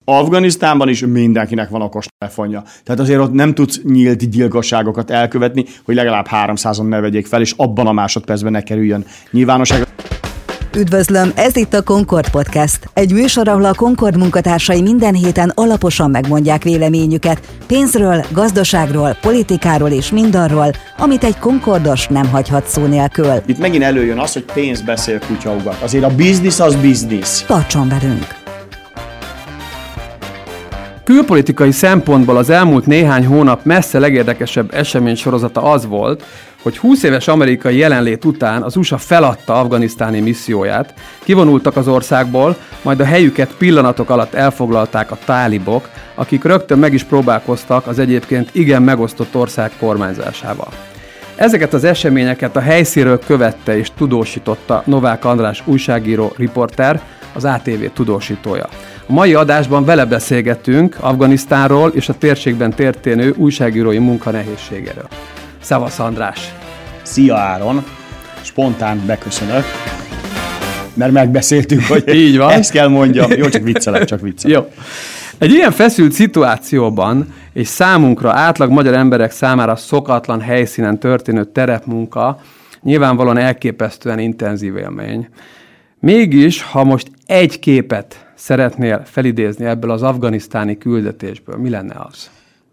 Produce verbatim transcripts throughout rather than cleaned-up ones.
Afganisztánban is mindenkinek van okostelefonja. Tehát azért ott nem tudsz nyílt gyilkosságokat elkövetni, hogy legalább háromszázan ne vegyék fel, és abban a másodpercben ne kerüljön nyilvánosságra. Üdvözlöm, ez itt a Concord Podcast. Egy műsor, ahol a Concord munkatársai minden héten alaposan megmondják véleményüket pénzről, gazdaságról, politikáról és mindarról, amit egy Concordos nem hagyhat szó nélkül. Itt megint előjön az, hogy pénz beszél, kutya ugat. Azért a biznisz az biznisz. Tartson velünk! Külpolitikai szempontból az elmúlt néhány hónap messze legérdekesebb eseménysorozata az volt, hogy húsz éves amerikai jelenlét után az u es á feladta afganisztáni misszióját, kivonultak az országból, majd a helyüket pillanatok alatt elfoglalták a tálibok, akik rögtön meg is próbálkoztak az egyébként igen megosztott ország kormányzásával. Ezeket az eseményeket a helyszínről követte és tudósította Novák András újságíró, riporter, az á té vé tudósítója. A mai adásban vele beszélgetünk Afganisztánról és a térségben történő újságírói munka nehézségéről. Szevasz András! Szia Áron! Spontán beköszönök, mert megbeszéltük, hogy így van. Ezt kell mondjam. Jó, csak viccelek, csak viccelek. Jó. Egy ilyen feszült szituációban és számunkra, átlag magyar emberek számára szokatlan helyszínen történő terepmunka nyilvánvalóan elképesztően intenzív élmény. Mégis, ha most egy képet szeretnél felidézni ebből az afganisztáni küldetésből, mi lenne az?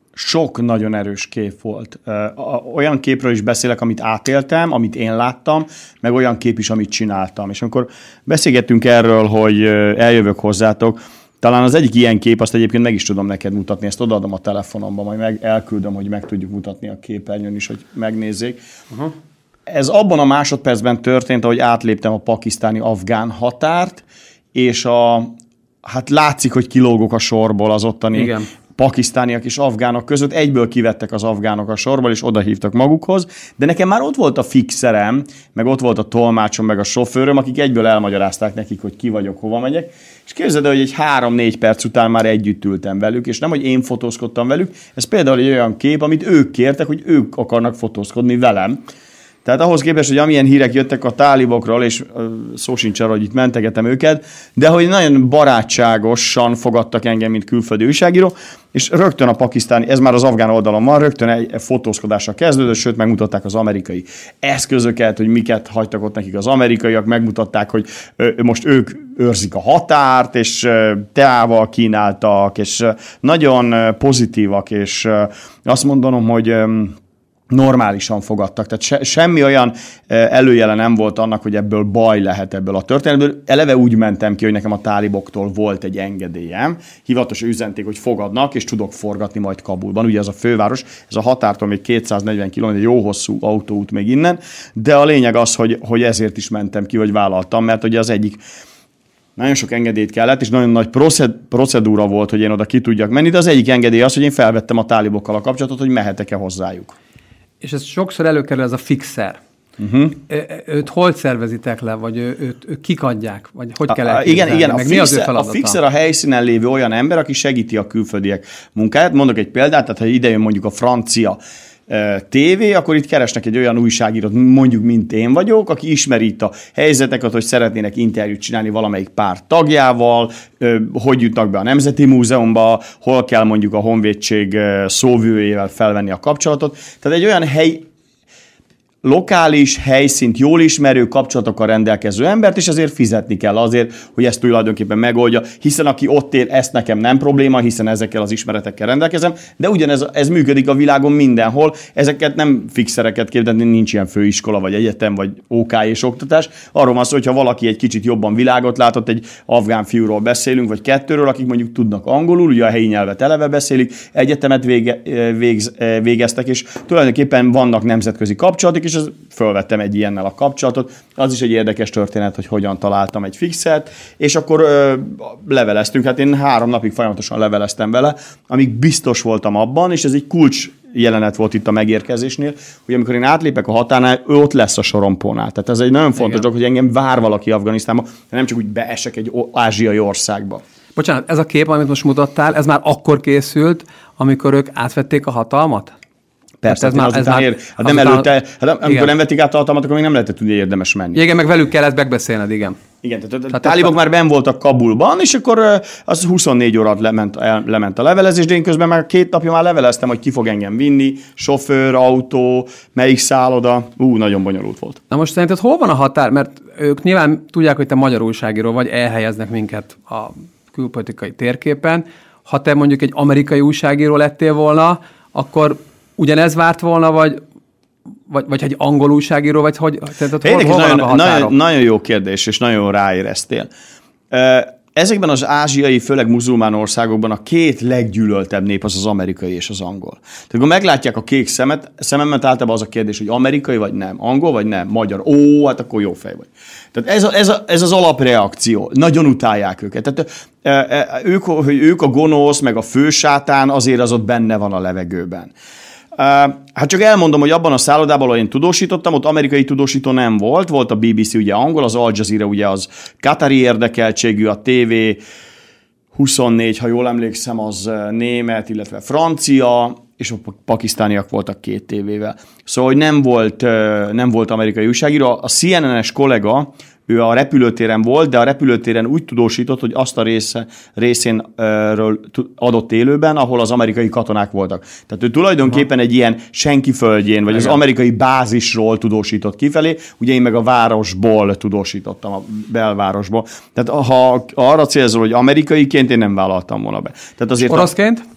Sok nagyon erős kép volt. Olyan képről is beszélek, amit átéltem, amit én láttam, meg olyan kép is, amit csináltam. És amikor beszélgettünk erről, hogy eljövök hozzátok, talán az egyik ilyen kép, azt egyébként meg is tudom neked mutatni, ezt odaadom a telefonomba, majd meg elküldöm, hogy meg tudjuk mutatni a képernyőn is, hogy megnézzék. Uh-huh. Ez abban a másodpercben történt, ahogy átléptem a pakisztáni-afgán határt, és a, hát látszik, hogy kilógok a sorból az ottani Igen. pakisztániak és afgánok között, egyből kivettek az afgánok a sorból, és odahívtak magukhoz, de nekem már ott volt a fixerem, meg ott volt a tolmácsom, meg a sofőröm, akik egyből elmagyarázták nekik, hogy ki vagyok, hova megyek, és képzeld el, hogy egy három-négy perc után már együtt ültem velük, és nem, hogy én fotózkodtam velük, ez például egy olyan kép, amit ők kértek, hogy ők akarnak fotózkodni velem. Tehát ahhoz képest, hogy amilyen hírek jöttek a tálibokról, és szó sincs arra, hogy itt mentegetem őket, de hogy nagyon barátságosan fogadtak engem, mint külföldi újságíró, és rögtön a pakisztáni, ez már az afgán oldalon van, rögtön egy fotózkodással kezdődött, sőt megmutatták az amerikai eszközöket, hogy miket hagytak ott nekik az amerikaiak, megmutatták, hogy most ők őrzik a határt, és teával kínáltak, és nagyon pozitívak, és azt mondanom, hogy normálisan fogadtak. Tehát se, semmi olyan előjele nem volt annak, hogy ebből baj lehet ebből a történetből. Eleve úgy mentem ki, hogy nekem a táliboktól volt egy engedélyem. Hivatalos üzenték, hogy fogadnak, és tudok forgatni majd Kabulban. Ugye ez a főváros, ez a határtól még kétszáznegyven kilométer, jó hosszú autóút még innen, de a lényeg az, hogy, hogy ezért is mentem ki, vagy vállaltam, mert ugye az egyik nagyon sok engedélyt kellett, és nagyon nagy procedúra volt, hogy én oda ki tudjak menni, de az egyik engedély az, hogy én felvettem a tálibokkal a kapcsolatot, hogy mehetek-e hozzájuk. És ez sokszor előkerül, ez a fixer. Uh-huh. Őt hol szervezitek le, vagy ő, őt, őt kik adják, vagy hogy kell elképzelni? Igen, igen, a, meg fixer, mi az ő feladata? A fixer a helyszínen lévő olyan ember, aki segíti a külföldiek munkáját. Mondok egy példát, tehát ha idejön mondjuk a francia tévé, akkor itt keresnek egy olyan újságírót, mondjuk, mint én vagyok, aki ismeri itt a helyzeteket, hogy szeretnének interjút csinálni valamelyik párt tagjával, hogy jutnak be a Nemzeti Múzeumba, hol kell mondjuk a honvédség szóvivőjével felvenni a kapcsolatot. Tehát egy olyan hely, lokális, helyszínt jól ismerő, kapcsolatokkal rendelkező embert, és azért fizetni kell azért, hogy ezt tulajdonképpen megoldja, hiszen aki ott él, ezt nekem nem probléma, hiszen ezekkel az ismeretekkel rendelkezem, de ugyanez ez működik a világon mindenhol, ezeket nem fixereket képzelni, nincs ilyen főiskola, vagy egyetem, vagy ó ká és oktatás. Arról van szó, hogyha valaki egy kicsit jobban világot látott, egy afgán fiúról beszélünk, vagy kettőről, akik mondjuk tudnak angolul, ugye a helyi nyelvet eleve beszélik, egyetemet vége, végz, végeztek, és tulajdonképpen vannak nemzetközi kapcsolatok, és az fölvettem egy ilyennel a kapcsolatot. Az is egy érdekes történet, hogy hogyan találtam egy fixet, és akkor ö, leveleztünk. Hát én három napig folyamatosan leveleztem vele, amíg biztos voltam abban, és ez egy kulcs jelenet volt itt a megérkezésnél, hogy amikor én átlépek a határnál, ő ott lesz a sorompónál. Tehát ez egy nagyon fontos dolog, hogy engem vár valaki Afganisztánba, de nem csak úgy beesek egy ázsiai országba. Bocsánat, ez a kép, amit most mutattál, ez már akkor készült, amikor ők átvették a hatalmat? Persze, ez már, ez már, ér, hát nem előtte, hát amikor igen. nem vették át a hatalmat, akkor még nem lehetett tudni érdemes menni. Igen, meg velük kellett megbeszélned, igen. Igen, tehát a tálibok már benn voltak Kabulban, és akkor az huszonnégy óra lement, el, lement a levelezés, de én közben már két napja már leveleztem, hogy ki fog engem vinni, sofőr, autó, melyik szálloda. Ú, nagyon bonyolult volt. Na most szerinted hol van a határ? Mert ők nyilván tudják, hogy te magyar újságíró vagy, elhelyeznek minket a külpolitikai térképen. Ha te mondjuk egy amerikai újságíró lettél volna, akkor ugyanez várt volna, vagy Vagy, vagy egy angol újságíró, vagy hogy... Tehát, hol, hol nagyon, nagyon, nagyon jó kérdés, és nagyon ráéreztél. Ezekben az ázsiai, főleg muzulmán országokban a két leggyűlöltebb nép az az amerikai és az angol. Tehát akkor meglátják a kék szemet, szememet, általában az a kérdés, hogy amerikai vagy nem, angol vagy nem, magyar. Ó, hát akkor jó fej vagy. Tehát ez, a, ez, a, ez az alapreakció. Nagyon utálják őket. Tehát ők, hogy ők a gonosz, meg a fősátán, azért az ott benne van a levegőben. Uh, hát csak elmondom, hogy abban a szállodában, ahol én tudósítottam, ott amerikai tudósító nem volt, volt a bé bé cé ugye angol, az Al Jazeera ugye az katari érdekeltségű, a té vé huszonnégy, ha jól emlékszem, az német, illetve francia, és a pakisztániak voltak két tévével. Szóval, hogy nem volt, nem volt amerikai újságíró. A cé en en-es kollega, ő a repülőtéren volt, de a repülőtéren úgy tudósított, hogy azt a része, részénről adott élőben, ahol az amerikai katonák voltak. Tehát ő tulajdonképpen egy ilyen senki földjén, vagy az amerikai bázisról tudósított kifelé, ugye én meg a városból tudósítottam, a belvárosból. Tehát ha arra célzol, hogy amerikaiként, én nem vállaltam volna be. Tehát azért oroszként? A...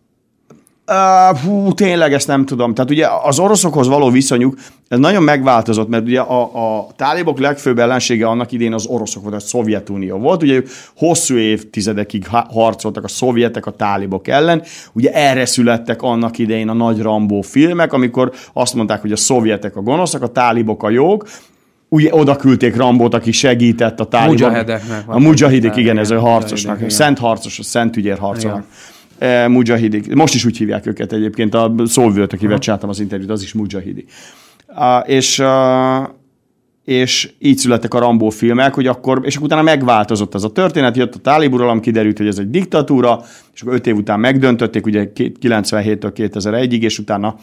Uh, hú, tényleg ezt nem tudom. Tehát ugye az oroszokhoz való viszonyuk, ez nagyon megváltozott, mert ugye a, a tálibok legfőbb ellensége annak idén az oroszok volt, a Szovjetunió volt. Ugye ők hosszú évtizedekig harcoltak a szovjetek a tálibok ellen. Ugye erre születtek annak idején a nagy Rambó filmek, amikor azt mondták, hogy a szovjetek a gonoszak, a tálibok a jók. Ugye oda küldték Rambót, aki segített a tálibok. A mujahidek, igen, ez a harcosnak. Igen. Szent harcos, a szent ügyér harcolnak. E, mujahidik. Most is úgy hívják őket egyébként. A szóvivőt, akivel csináltam az interjút, az is mujahidi. Uh, és, uh, és így születtek a Rambó filmek, hogy akkor, és akkor utána megváltozott ez a történet, jött a tálib uralom, kiderült, hogy ez egy diktatúra, és akkor öt év után megdöntötték, ugye kilencvenhéttől kétezer-egyig, és utána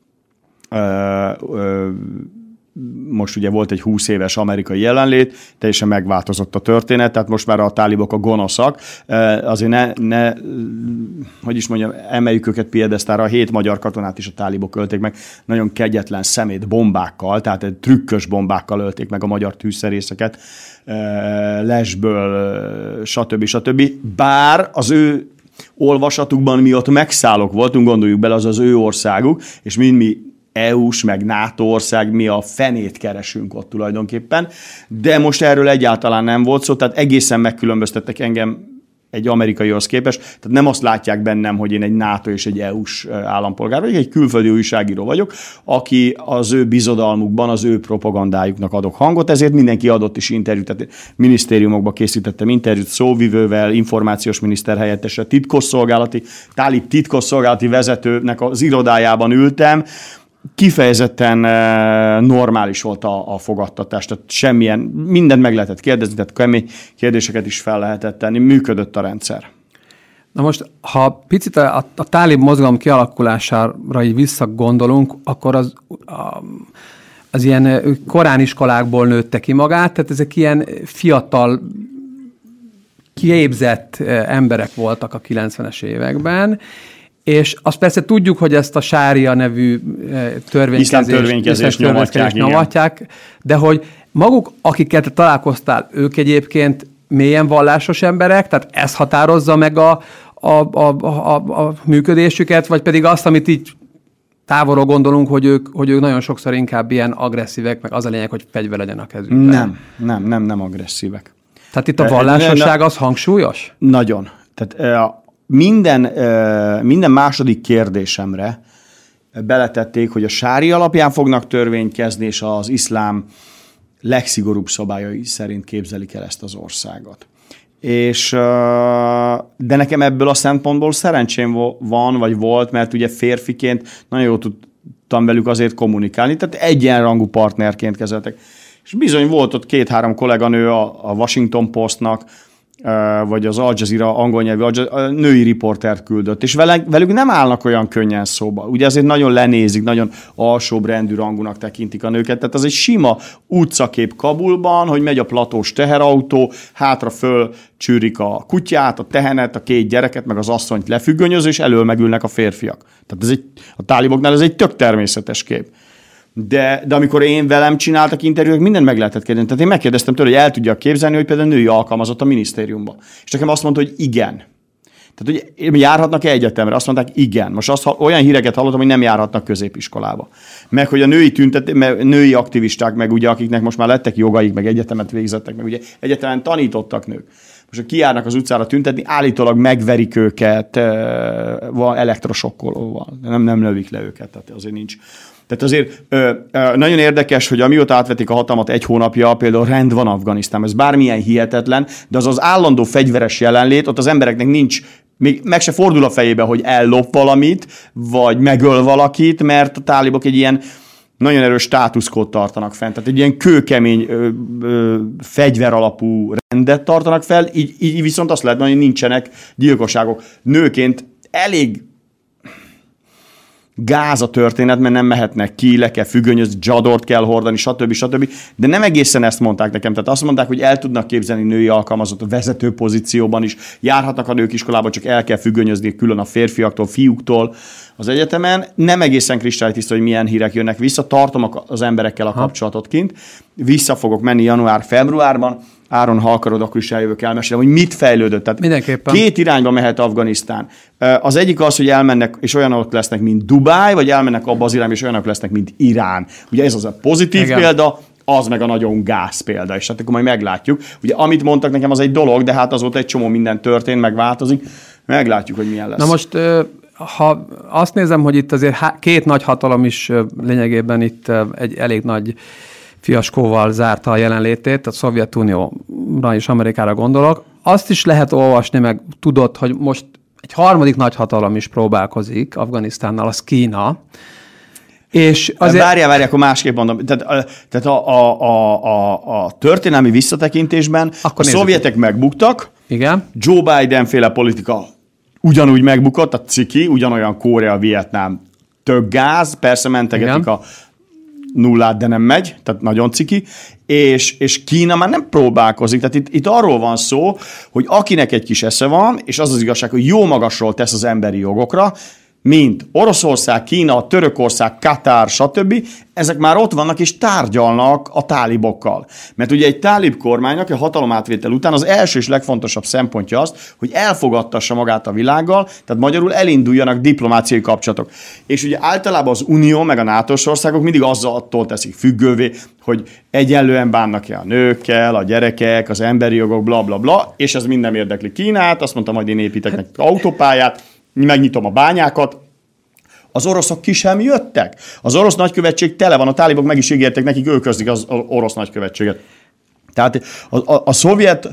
uh, uh, most ugye volt egy húsz éves amerikai jelenlét, teljesen megváltozott a történet, tehát most már a tálibok a gonoszak. Azért ne, ne hogy is mondjam, emeljük őket piedesztára, a hét magyar katonát is a tálibok ölték meg, nagyon kegyetlen szemét bombákkal, tehát trükkös bombákkal ölték meg a magyar tűzszerészeket, lesből, stb. stb. Bár az ő olvasatukban mi ott megszállók voltunk, gondoljuk bele, az az ő országuk, és mind mi é u-s, meg NATO ország, mi a fenét keresünk ott tulajdonképpen, de most erről egyáltalán nem volt szó, tehát egészen megkülönböztettek engem egy amerikaihoz képest, tehát nem azt látják bennem, hogy én egy NATO és egy é u-s állampolgár vagyok, egy külföldi újságíró vagyok, aki az ő bizodalmukban, az ő propagandájuknak adok hangot, ezért mindenki adott is interjút, tehát minisztériumokba készítettem interjút szóvivővel, információs miniszter helyettese, titkosszolgálati, tálib titkosszolgálati vezetőnek az irodájában ültem, kifejezetten normális volt a, a fogadtatás, tehát semmilyen, mindent meg lehetett kérdezni, tehát kemény kérdéseket is fel lehetett tenni, működött a rendszer. Na most, ha picit a, a tálib mozgalom kialakulására így visszagondolunk, akkor az, a, az ilyen korániskolákból nőtte ki magát, tehát ezek ilyen fiatal, képzett emberek voltak a kilencvenes években, és azt persze tudjuk, hogy ezt a sária nevű törvénykezést, törvénykezést nyomatják, nyomatják, de hogy maguk, akikkel te találkoztál, ők egyébként mélyen vallásos emberek, tehát ez határozza meg a, a, a, a, a működésüket, vagy pedig azt, amit így távolról gondolunk, hogy ők, hogy ők nagyon sokszor inkább ilyen agresszívek, meg az a lényeg, hogy fegyver legyen a kezükben. Nem, nem, nem, nem agresszívek. Tehát itt a vallásosság az hangsúlyos? Nagyon. Tehát Minden, minden második kérdésemre beletették, hogy a sária alapján fognak törvénykezni, és az iszlám legszigorúbb szabályai szerint képzelik el ezt az országot. És, de nekem ebből a szempontból szerencsém van, vagy volt, mert ugye férfiként nagyon jól tudtam velük azért kommunikálni, tehát egyenrangú partnerként kezeltek. És bizony volt ott két-három kolléganő a Washington Postnak, vagy az Al Jazeera angol nyelvű női riportert küldött, és velük nem állnak olyan könnyen szóba. Ugye azért nagyon lenézik, nagyon alsóbb rendű rangúnak tekintik a nőket, tehát az egy sima utcakép Kabulban, hogy megy a platós teherautó, hátra föl csűrik a kutyát, a tehenet, a két gyereket, meg az asszonyt lefüggönyöz, és elől megülnek a férfiak. Tehát ez egy, a táliboknál ez egy tök természetes kép. De, de amikor én velem csináltak interjúk, mindent meg lehetett kérdezni. Tehát én megkérdeztem tőle, hogy el tudja képzelni, hogy például női alkalmazott a minisztériumban. És nekem azt mondta, hogy igen. Tehát, hogy járhatnak-e egyetemre? Azt mondták, igen. Most azt, olyan híreket hallottam, hogy nem járhatnak középiskolába. Meg, hogy a női tüntet, női aktivisták, meg ugye, akiknek most már lettek jogaik, meg egyetemet végzettek, meg ugye egyetemen tanítottak nők. Most, ha kijárnak az utcára tüntetni, állítólag megverik őket van elektrosokkolóval. Nem, nem lövik le őket, tehát azért nincs. Tehát azért ö, ö, nagyon érdekes, hogy amióta átvetik a hatalmat egy hónapja, például rend van Afganisztánban. Ez bármilyen hihetetlen, de az az állandó fegyveres jelenlét, ott az embereknek nincs, még meg se fordul a fejébe, hogy ellop valamit, vagy megöl valakit, mert a tálibok egy ilyen nagyon erős státuszkót tartanak fent. Tehát egy ilyen kőkemény ö, ö, fegyver alapú rendet tartanak fel, így, így viszont azt lehet mondani, hogy nincsenek gyilkosságok. Nőként elég gáz a történet, mert nem mehetnek ki, le kell függönyözni, dzsadort kell hordani, stb. stb. De nem egészen ezt mondták nekem. Tehát azt mondták, hogy el tudnak képzelni női alkalmazott a vezető pozícióban is, járhatnak a nők iskolába, csak el kell függönyözni külön a férfiaktól, fiúktól az egyetemen. Nem egészen kristálytiszta, hogy milyen hírek jönnek vissza. Tartom az emberekkel a kapcsolatot kint. Vissza fogok menni január-februárban. Áron, ha akarod, akkor is eljövök, elmesélem, hogy mit fejlődött. Tehát mindenképpen. Két irányba mehet Afganisztán. Az egyik az, hogy elmennek, és olyanok lesznek, mint Dubáj, vagy elmennek abba az irányba, és olyanok lesznek, mint Irán. Ugye ez az a pozitív Igen. példa, az meg a nagyon gáz példa, és hát akkor majd meglátjuk. Ugye amit mondtak nekem, az egy dolog, de hát azóta egy csomó minden történt, megváltozik. Meglátjuk, hogy milyen lesz. Na most, ha azt nézem, hogy itt azért két nagy hatalom is lényegében itt egy elég nagy fiaskóval zárta a jelenlétét, a Szovjetunióra és Amerikára gondolok. Azt is lehet olvasni, meg tudod, hogy most egy harmadik nagyhatalom is próbálkozik Afganisztánnal, az Kína. És azért... Várjál, várjál, akkor másképp mondom. Tehát, tehát a, a, a, a, a történelmi visszatekintésben akkor a szovjetek megbuktak, Igen. Joe Biden-féle politika ugyanúgy megbukott, a ciki, ugyanolyan Korea, Vietnám, tök gáz, persze mentegetik Igen. a nullát, de nem megy, tehát nagyon ciki, és, és Kína már nem próbálkozik. Tehát itt, itt arról van szó, hogy akinek egy kis esze van, és az az igazság, hogy jó magasról tesz az emberi jogokra, mint Oroszország, Kína, Törökország, Katár, stb. Ezek már ott vannak és tárgyalnak a tálibokkal. Mert ugye egy tálib kormánynak a hatalomátvétel után az első és legfontosabb szempontja az, hogy elfogadtassa magát a világgal, tehát magyarul elinduljanak diplomáciai kapcsolatok. És ugye általában az Unió meg a nátós országok mindig azzal attól teszik függővé, hogy egyenlően bánnak-e a nőkkel, a gyerekek, az emberi jogok, bla bla bla, és ez mind nem érdekli Kínát, azt mondta, majd én építek nekik autópályát, megnyitom a bányákat. Az oroszok ki sem jöttek. Az orosz nagykövetség tele van, a tálibok meg is ígértek, nekik ők közlik az orosz nagykövetséget. Tehát a, a, a szovjet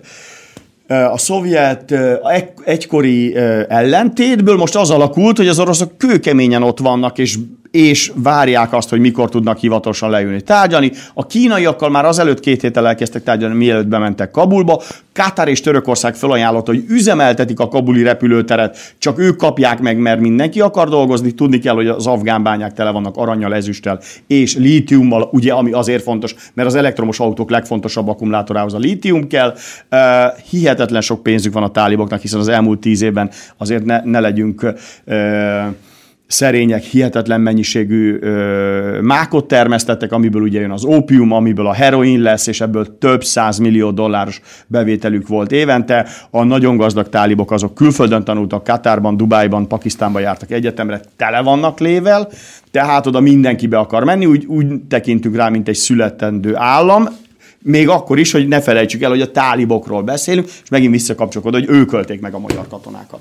a szovjet egykori ellentétből most az alakult, hogy az oroszok kőkeményen ott vannak, és, és várják azt, hogy mikor tudnak hivatalosan leülni tárgyalni. A kínaiakkal már azelőtt két héttel elkezdtek tárgyalni, mielőtt bementek Kabulba. Katár és Törökország felajánlotta, hogy üzemeltetik a kabuli repülőteret, csak ők kapják meg, mert mindenki akar dolgozni. Tudni kell, hogy az afgán bányák tele vannak arannyal, ezüsttel és lítiummal, ugye, ami azért fontos, mert az elektromos autók legfontosabb akkumulátorához a lítium kell. Uh, hihetetlen sok pénzük van a táliboknak, hiszen az elmúlt tíz évben azért ne, ne legyünk uh, szerények, hihetetlen mennyiségű ö, mákot termesztettek, amiből ugye jön az ópium, amiből a heroin lesz, és ebből több száz millió dolláros bevételük volt évente. A nagyon gazdag tálibok azok külföldön tanultak, Katárban, Dubájban, Pakisztánban jártak egyetemre, tele vannak lével, tehát oda mindenki be akar menni, úgy, úgy tekintünk rá, mint egy születendő állam, még akkor is, hogy ne felejtsük el, hogy a tálibokról beszélünk, és megint visszakapcsolok oda, hogy ők ölték meg a magyar katonákat.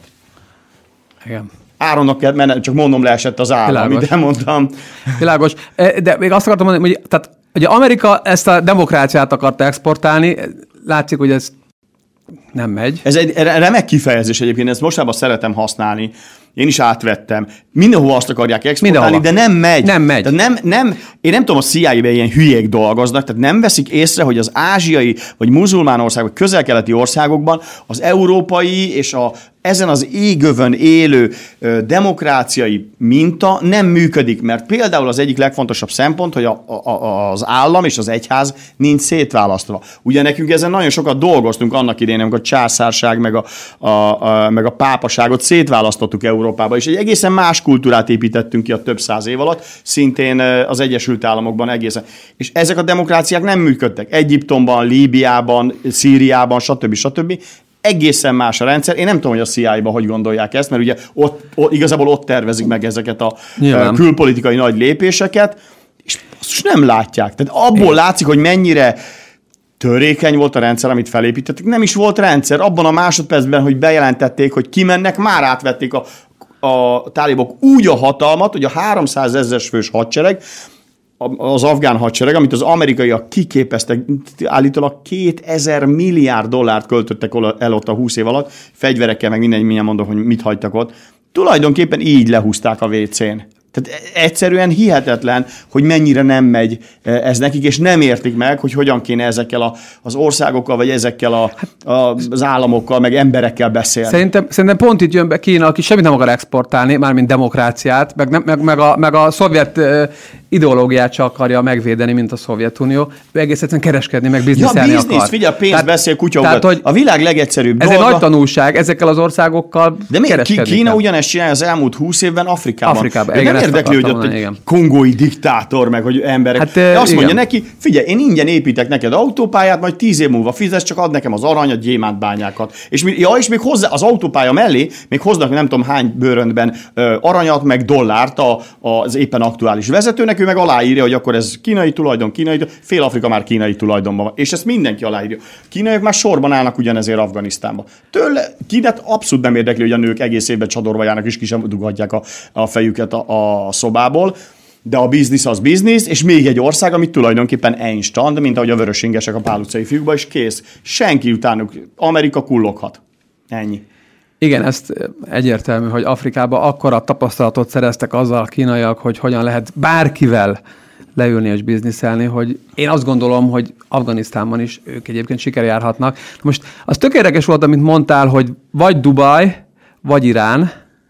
Igen. Áronnak kell menni, csak mondom, leesett az állam, amit elmondtam. Világos. De még azt akartam mondani, hogy tehát, ugye Amerika ezt a demokráciát akarta exportálni, látszik, hogy ez Nem megy. Ez egy remek kifejezés egyébként, ezt mostában szeretem használni. Én is átvettem. Mindenhova azt akarják exportálni, de nem megy. Nem megy. Tehát nem, nem, én nem tudom, a C I A-ben ilyen hülyék dolgoznak, tehát nem veszik észre, hogy az ázsiai vagy muzulmán országok, vagy közel-keleti országokban az európai és a ezen az égövön élő ö, demokráciai minta nem működik, mert például az egyik legfontosabb szempont, hogy a, a, az állam és az egyház nincs szétválasztva. Ugye nekünk ezen nagyon sokat dolgoztunk annak idején, amikor a császárság meg a, a, a, meg a pápaságot szétválasztottuk Európába, és egy egészen más kultúrát építettünk ki a több száz év alatt, szintén az Egyesült Államokban egészen. És ezek a demokráciák nem működtek. Egyiptomban, Líbiában, Szíriában, stb. stb. Egészen más a rendszer. Én nem tudom, hogy a C I A-ban hogy gondolják ezt, mert ugye ott, ott, igazából ott tervezik meg ezeket a Nyilván. külpolitikai nagy lépéseket, és azt nem látják. Tehát abból Én. látszik, hogy mennyire törékeny volt a rendszer, amit felépítettek. Nem is volt rendszer. Abban a másodpercben, hogy bejelentették, hogy kimennek, már átvették a, a tálibok úgy a hatalmat, hogy a háromszázezres fős hadsereg, az afgán hadsereg, amit az amerikaiak kiképeztek, állítólag kétezer milliárd dollárt költöttek el ott a húsz év alatt, fegyverekkel, meg minden, mindjárt mondom, hogy mit hagytak ott. Tulajdonképpen így lehúzták a vécén. Tehát egyszerűen hihetetlen, hogy mennyire nem megy ez nekik, és nem értik meg, hogy hogyan kéne ezekkel a, az országokkal, vagy ezekkel a, a, az államokkal, meg emberekkel beszélni. Szerintem, szerintem pont itt jön be Kína, aki semmit nem akar exportálni, mármint demokráciát, meg, meg, meg, a, meg a szovjet ideológiát csak akarja megvédeni, mint a Szovjetunió. Ő egész egyszerűen kereskedni, meg bizniszelni ja, akar. Biznisz, figyelj, pénz tehát, beszél, kutyaugat. Hogy a világ legegyszerűbb ez dolga. Ez egy nagy tanulság, ezekkel az országokkal de kereskedni De Kína ugyanezt csinálja az elmúlt húsz évben Afrikában. Afrikában. Nem érdekli, hogy ott egy kongói diktátor, meg hogy emberek. Hát, de azt igen. mondja neki, figyelj, én ingyen építek neked autópályát, majd tíz év múlva fizes, csak ad nekem az arany, a gyémántbányákat. És, ja, és még hozzá az autópálya mellé még hoznak nem tudom hány bőröntben ö, aranyat, meg dollárt a, az éppen aktuális vezetőnek, ő meg aláírja, hogy akkor ez kínai tulajdon, kínai, fél Afrika már kínai tulajdonban van. És ezt mindenki aláírja. Kínaiak már sorban állnak ugyanezért Afganisztánba. Tőle Kínát abszolút nem érdekli, hogy a nők egész évben csadorba járnak, és ki sem dughatják a, a fejüket a, a szobából. De a biznisz az biznisz, és még egy ország, amit tulajdonképpen instant, mint ahogy a vörösingesek a Pál utcai fiúkba, és kész. Senki utánuk. Amerika kulloghat. Ennyi. Igen, ezt egyértelmű, hogy Afrikában akkora tapasztalatot szereztek azzal a kínaiak, hogy hogyan lehet bárkivel leülni és bizniszelni, hogy én azt gondolom, hogy Afganisztánban is ők egyébként sikerjárhatnak. Most az tök érdekes volt, amit mondtál, hogy vagy Dubaj, vagy Irán.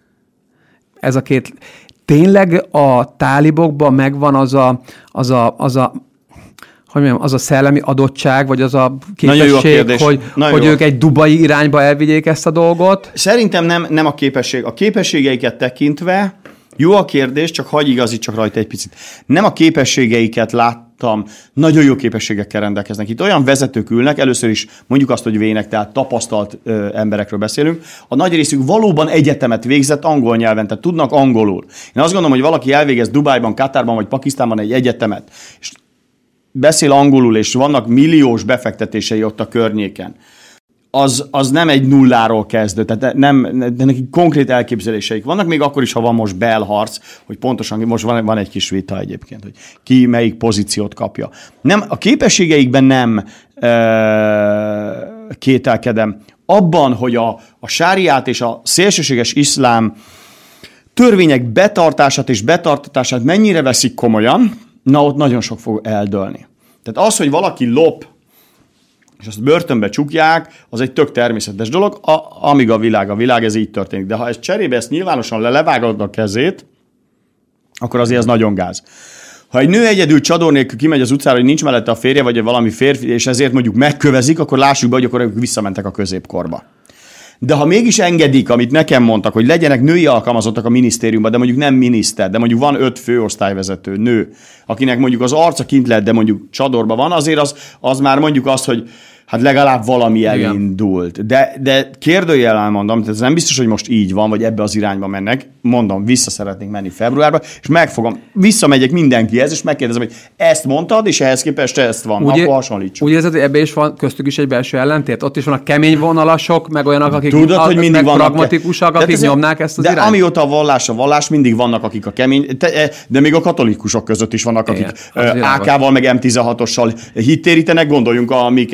Ez a két... Tényleg a tálibokban megvan az a, az a, az a, hogy mondjam, az a szellemi adottság, vagy az a képesség, a hogy, hogy ők egy dubai irányba elvigyék ezt a dolgot? Szerintem nem, nem a képesség. A képességeiket tekintve jó a kérdés, csak hagyj igazítsak rajta egy picit. Nem a képességeiket láttam, nagyon jó képességekkel rendelkeznek. Itt olyan vezetők ülnek, először is mondjuk azt, hogy vének, tehát tapasztalt ö, emberekről beszélünk. A nagy részük valóban egyetemet végzett angol nyelven, tehát tudnak angolul. Én azt gondolom, hogy valaki elvégez Dubájban, Katárban vagy Pakisztánban egy egyetemet, és beszél angolul, és vannak milliós befektetései ott a környéken. Az, az nem egy nulláról kezdő, tehát nem, de neki konkrét elképzeléseik vannak, még akkor is, ha van most belharc, hogy pontosan, most van, van egy kis vita egyébként, hogy ki melyik pozíciót kapja. Nem, a képességeikben nem e, kételkedem. Abban, hogy a, a sáriát és a szélsőséges iszlám törvények betartását és betartatását mennyire veszik komolyan, na ott nagyon sok fog eldőlni. Tehát az, hogy valaki lop, és azt börtönbe csukják, az egy tök természetes dolog, a, amíg a világ a világ, ez így történik. De ha ez cserébe ezt nyilvánosan le, levágod a kezét, akkor azért ez nagyon gáz. Ha egy nő egyedül csador nélkül kimegy az utcára, hogy nincs mellette a férje, vagy valami férfi, és ezért mondjuk megkövezik, akkor lássuk be, hogy akkor ők visszamentek a középkorba. De ha mégis engedik, amit nekem mondtak, hogy legyenek női alkalmazottak a minisztériumban, de mondjuk nem miniszter, de mondjuk van öt főosztályvezető nő, akinek mondjuk az arca kint lehet, de mondjuk csadorban van, azért az, az már mondjuk az, hogy hát legalább valami elindult. De, de kérdőjellel mondom, tehát ez nem biztos, hogy most így van, vagy ebbe az irányba mennek. Mondom, vissza szeretnénk menni februárba, és megfogom, visszamegyek mindenkihez, és megkérdezem, hogy ezt mondtad, és ehhez képest ezt van. Ugye, akkor hasonlítsuk. Ugye ez, hogy ebbe is van köztük is egy belső ellentét? Ott is vannak kemény vonalasok, meg olyanok, akik Tudod, hogy mindig vannak pragmatikusak, akik ezért, nyomnák ezt az de irányt? De amióta a vallás a vallás, mindig vannak, akik a kemény, de még a katolikusok között is vannak, akik á ká-val, meg em tizenhatossal hittérítenek, gondoljunk a mi keresztény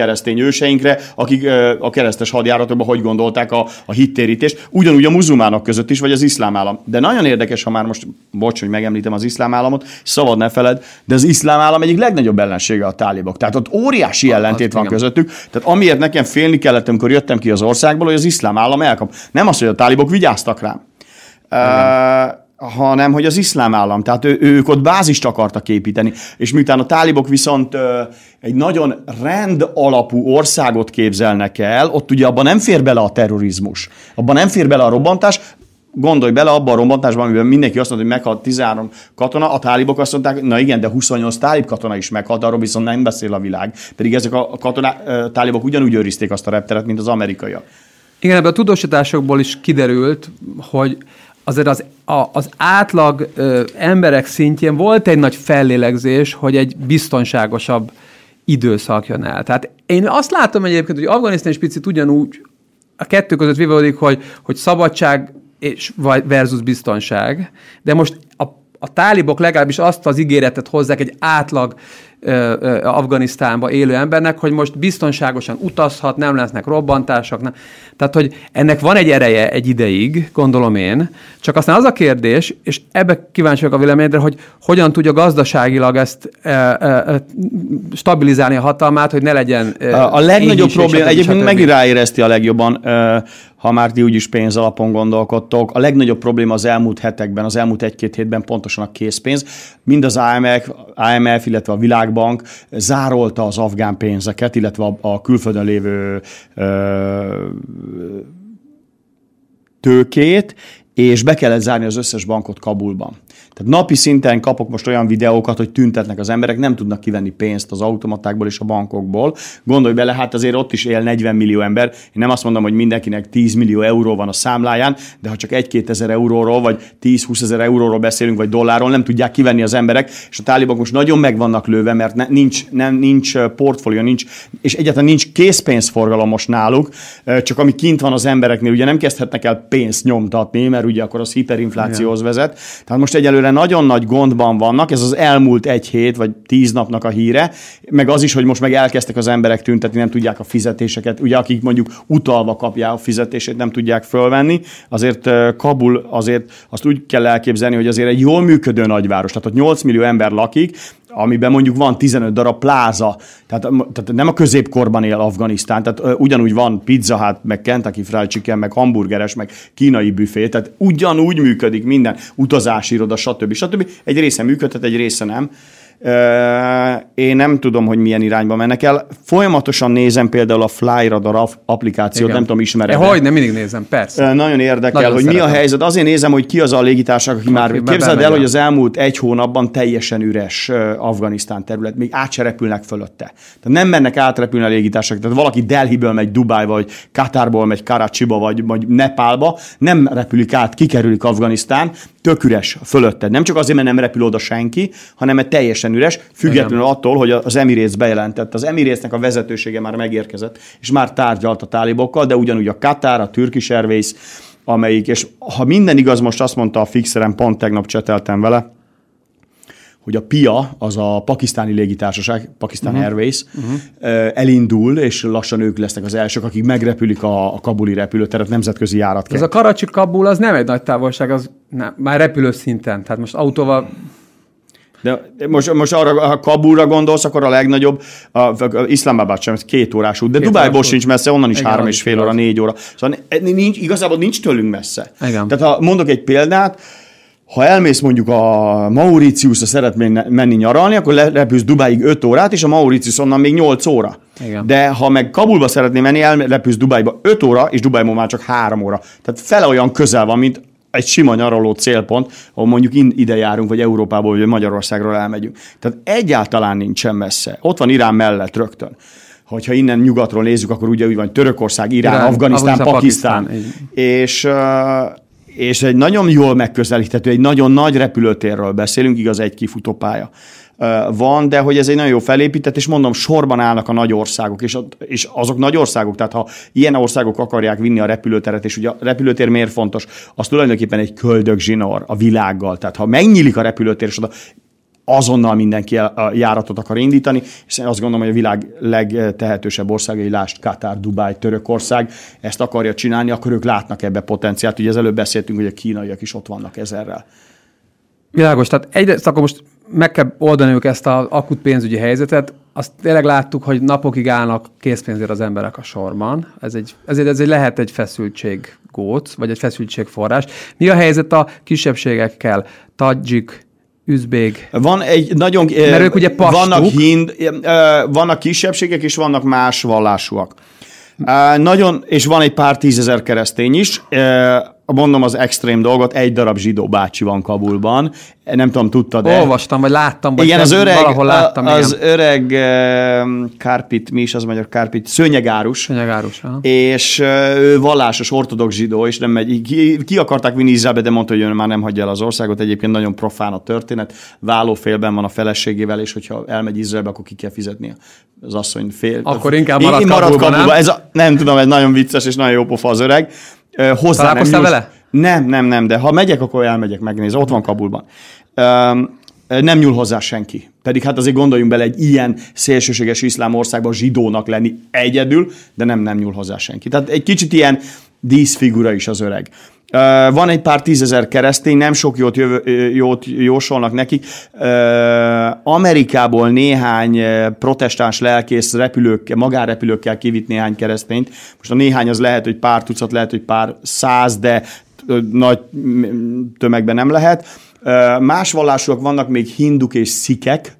őseinkre, akik a keresztes hadjáratokban hogy gondolták a, a hittérítést, ugyanúgy a muzulmánok között is, vagy az iszlám állam. De nagyon érdekes, ha már most, bocs, hogy megemlítem az iszlám államot, szabad ne feled, de az iszlám állam egyik legnagyobb ellensége a tálibok. Tehát ott óriási a, ellentét van igen. közöttük. Tehát amiért nekem félni kellett, amikor jöttem ki az országból, hogy az iszlám állam elkap. Nem az, hogy a tálibok vigyáztak rám. Uh, hanem hogy az iszlám állam, tehát ő, ők ott bázist akartak építeni, és miután a tálibok viszont ö, egy nagyon rend alapú országot képzelnek el, ott ugye abban nem fér bele a terrorizmus, abban nem fér bele a robbantás, gondolj bele abban a robbantásban, amiben mindenki azt mondta, hogy meghalt tizenhárom katona, a tálibok azt mondták, na igen, de huszonnyolc tálib katona is meghalt, arról viszont nem beszél a világ, pedig ezek a katonák, tálibok ugyanúgy őrizték azt a repteret, mint az amerikaiak. Igen, ebben a tudósításokból is kiderült, hogy azért az, a, az átlag ö, emberek szintjén volt egy nagy fellélegzés, hogy egy biztonságosabb időszak jön el. Tehát én azt látom egyébként, hogy Afganisztán és picit ugyanúgy a kettő között vívódik, hogy, hogy szabadság és versus biztonság, de most a, a tálibok legalábbis azt az ígéretet hozzák egy átlag ö, ö, Afganisztánba élő embernek, hogy most biztonságosan utazhat, nem lesznek robbantások. Nem. Tehát, hogy ennek van egy ereje egy ideig, gondolom én, csak aztán az a kérdés, és ebbe kíváncsi vagyok a véleményedre, hogy hogyan tudja gazdaságilag ezt ö, ö, stabilizálni a hatalmát, hogy ne legyen ö, A legnagyobb probléma, egyébként megint ráérezti a legjobban, ö, ha már ti úgyis pénzalapon gondolkodtok, a legnagyobb probléma az elmúlt hetekben, az elmúlt egy-két hétben pontosan a készpénz. Mind az I M F, I M F illetve a Világbank zárolta az afgán pénzeket, illetve a, a külföldön lévő ö, tőkét, és be kellett zárni az összes bankot Kabulban. Tehát napi szinten kapok most olyan videókat, hogy tüntetnek az emberek, nem tudnak kivenni pénzt az automatákból és a bankokból. Gondolj bele, hát azért ott is él negyven millió ember. Én nem azt mondom, hogy mindenkinek tíz millió euró van a számláján, de ha csak egy-két ezer euróról, vagy tíz-húsz ezer euróról beszélünk, vagy dollárról, nem tudják kivenni az emberek, és a tálibok most nagyon meg vannak lőve, mert ne, nincs, nem, nincs portfólió, nincs, és egyáltalán nincs készpénzforgalom most náluk, csak ami kint van az embereknél, ugye nem kezdhetnek el pénzt nyomtatni, mert ugye akkor az hiperinflációhoz vezet. Tehát most egyelőre nagyon nagy gondban vannak, ez az elmúlt egy hét vagy tíz napnak a híre, meg az is, hogy most meg elkezdtek az emberek tüntetni, nem tudják a fizetéseket, ugye akik mondjuk utalva kapják a fizetését, nem tudják fölvenni, azért Kabul, azért azt úgy kell elképzelni, hogy azért egy jól működő nagyváros, tehát ott nyolc millió ember lakik, amiben mondjuk van tizenöt darab pláza, tehát, tehát nem a középkorban él Afganisztán, tehát uh, ugyanúgy van Pizza Hut, meg Kentucky Fried Chicken, meg hamburgeres, meg kínai büfé, tehát ugyanúgy működik minden, utazási iroda, stb. stb. Egy része működhet, egy része nem. Uh, én nem tudom, hogy milyen irányba mennek el. Folyamatosan nézem például a Flyradar applikációt, igen. Nem tudom, ismered. Hogy nem mindig nézem, persze. Uh, nagyon érdekel, nagyon hogy szeretem. Mi a helyzet. Azért nézem, hogy ki az a légitársaság, aki már képzeld el, hogy az elmúlt egy hónapban teljesen üres uh, Afganisztán terület, még át se repülnek fölötte. Tehát nem mennek átrepülni a légitársaság. Tehát valaki Delhiből megy Dubájba, vagy Katárból megy Karachiba, vagy, vagy Nepálba, nem repülik át, kikerülik Afganisztán, tök üres fölötted. Nem csak azért, mert nem repül oda senki, hanem mert teljesen üres, függetlenül attól, hogy az Emirates bejelentett. Az Emiratesnek a vezetősége már megérkezett, és már tárgyalt a tálibokkal, de ugyanúgy a Qatar, a Turkish Airways, amelyik, és ha minden igaz, most azt mondta a Fixeren, pont tegnap cseteltem vele, hogy a pé i á, az a pakisztáni légitársaság, Pakistan uh-huh. Airways, uh-huh. elindul, és lassan ők lesznek az elsők, akik megrepülik a, a kabuli repülőteret, nemzetközi járatként. Ez a Karachi-Kabul az nem egy nagy távolság, az nem, már repülőszinten, tehát most autóval... De most, most arra, ha Kabulra gondolsz, akkor a legnagyobb, a, a Iszlámábád sem, ez két órás út, de Dubájból sincs messze, onnan is három és fél óra, négy óra. Szóval nincs, igazából nincs tőlünk messze. Igen. Tehát ha mondok egy példát, ha elmész mondjuk a Mauritiusra szeretnél menni nyaralni, akkor repülsz Dubáig öt órát, és a Mauritius onnan még nyolc óra. Igen. De ha meg Kabulba szeretnél menni, elrepülsz Dubáiba öt óra, és Dubájban már csak három óra. Tehát fele olyan közel van, mint egy sima nyaraló célpont, ahol mondjuk ide járunk, vagy Európából, vagy Magyarországról elmegyünk. Tehát egyáltalán nincsen messze. Ott van Irán mellett rögtön. Hogyha innen nyugatról nézzük, akkor ugye úgy van Törökország, Irán, Irán Afganisztán, Pakisztán. Pakisztán. És... És egy nagyon jól megközelíthető, egy nagyon nagy repülőtérről beszélünk, igaz, egy kifutópálya van, de hogy ez egy nagyon jó felépített, és mondom, sorban állnak a nagy országok, és, és azok nagy országok, tehát ha ilyen országok akarják vinni a repülőteret, és ugye a repülőtér miért fontos, az tulajdonképpen egy köldögzsinór a világgal, tehát ha megnyílik a repülőtér, és oda azonnal mindenki a járatot akar indítani, és én azt gondolom, hogy a világ legtehetősebb országai, lásd Katár, Dubáj, Törökország ezt akarja csinálni, akkor ők látnak ebbe potenciált. Ugye az előbb beszéltünk, hogy a kínaiak is ott vannak ezerrel. Világos, tehát egyrészt akkor most meg kell oldaniuk ezt az akut pénzügyi helyzetet. Azt tényleg láttuk, hogy napokig állnak készpénzért az emberek a sorban. Ez egy, ezért ez egy lehet egy feszültséggóc, vagy egy feszültségforrás. Mi a helyzet a kisebbségekkel? Tadzsik, üzbég. Van egy nagyon... Mert ők ugye pastuk. Vannak, hind, vannak kisebbségek, és vannak más vallásúak. Nagyon, és van egy pár tízezer keresztény is. Mondom az extrém dolgot, egy darab zsidó bácsi van Kabulban. Nem tudom, tudtad de... Olvastam, vagy láttam, vagy igen, az öreg, valahol láttam. Az igen. öreg uh, Kárpit, mi is az magyar Kárpit? Szőnyegárus. Szőnyegárus, aha. És uh, ő vallásos, ortodox zsidó, és nem megy. Ki, ki akarták vinni Izraelbe, de mondta, hogy ő már nem hagyja el az országot. Egyébként nagyon profán a történet. Vállófélben van a feleségével, és hogyha elmegy Izraelbe, akkor ki kell fizetnie az asszony fél. Akkor inkább marad Kabulban, Kabulban, nem? Ez a, nem tudom, ez nagyon vicces, és nagyon jó pofa az öreg. Hozzá Találkoztál nem vele? Nem, nem, nem, de ha megyek, akkor elmegyek megnézni. Ott van Kabulban. Um, nem nyúl hozzá senki. Pedig hát azért gondoljunk bele egy ilyen szélsőséges iszlám országban zsidónak lenni egyedül, de nem, nem nyúl hozzá senki. Tehát egy kicsit ilyen díszfigura is az öreg. Uh, van egy pár tízezer keresztény, nem sok jót, jövő, jót jósolnak nekik. Uh, Amerikából néhány protestáns lelkész repülőkkel, magánrepülőkkel kivitt néhány keresztényt. Most a néhány az lehet, hogy pár tucat, lehet, hogy pár száz, de nagy tömegben nem lehet. Uh, más vallásúak vannak még hinduk és szikek,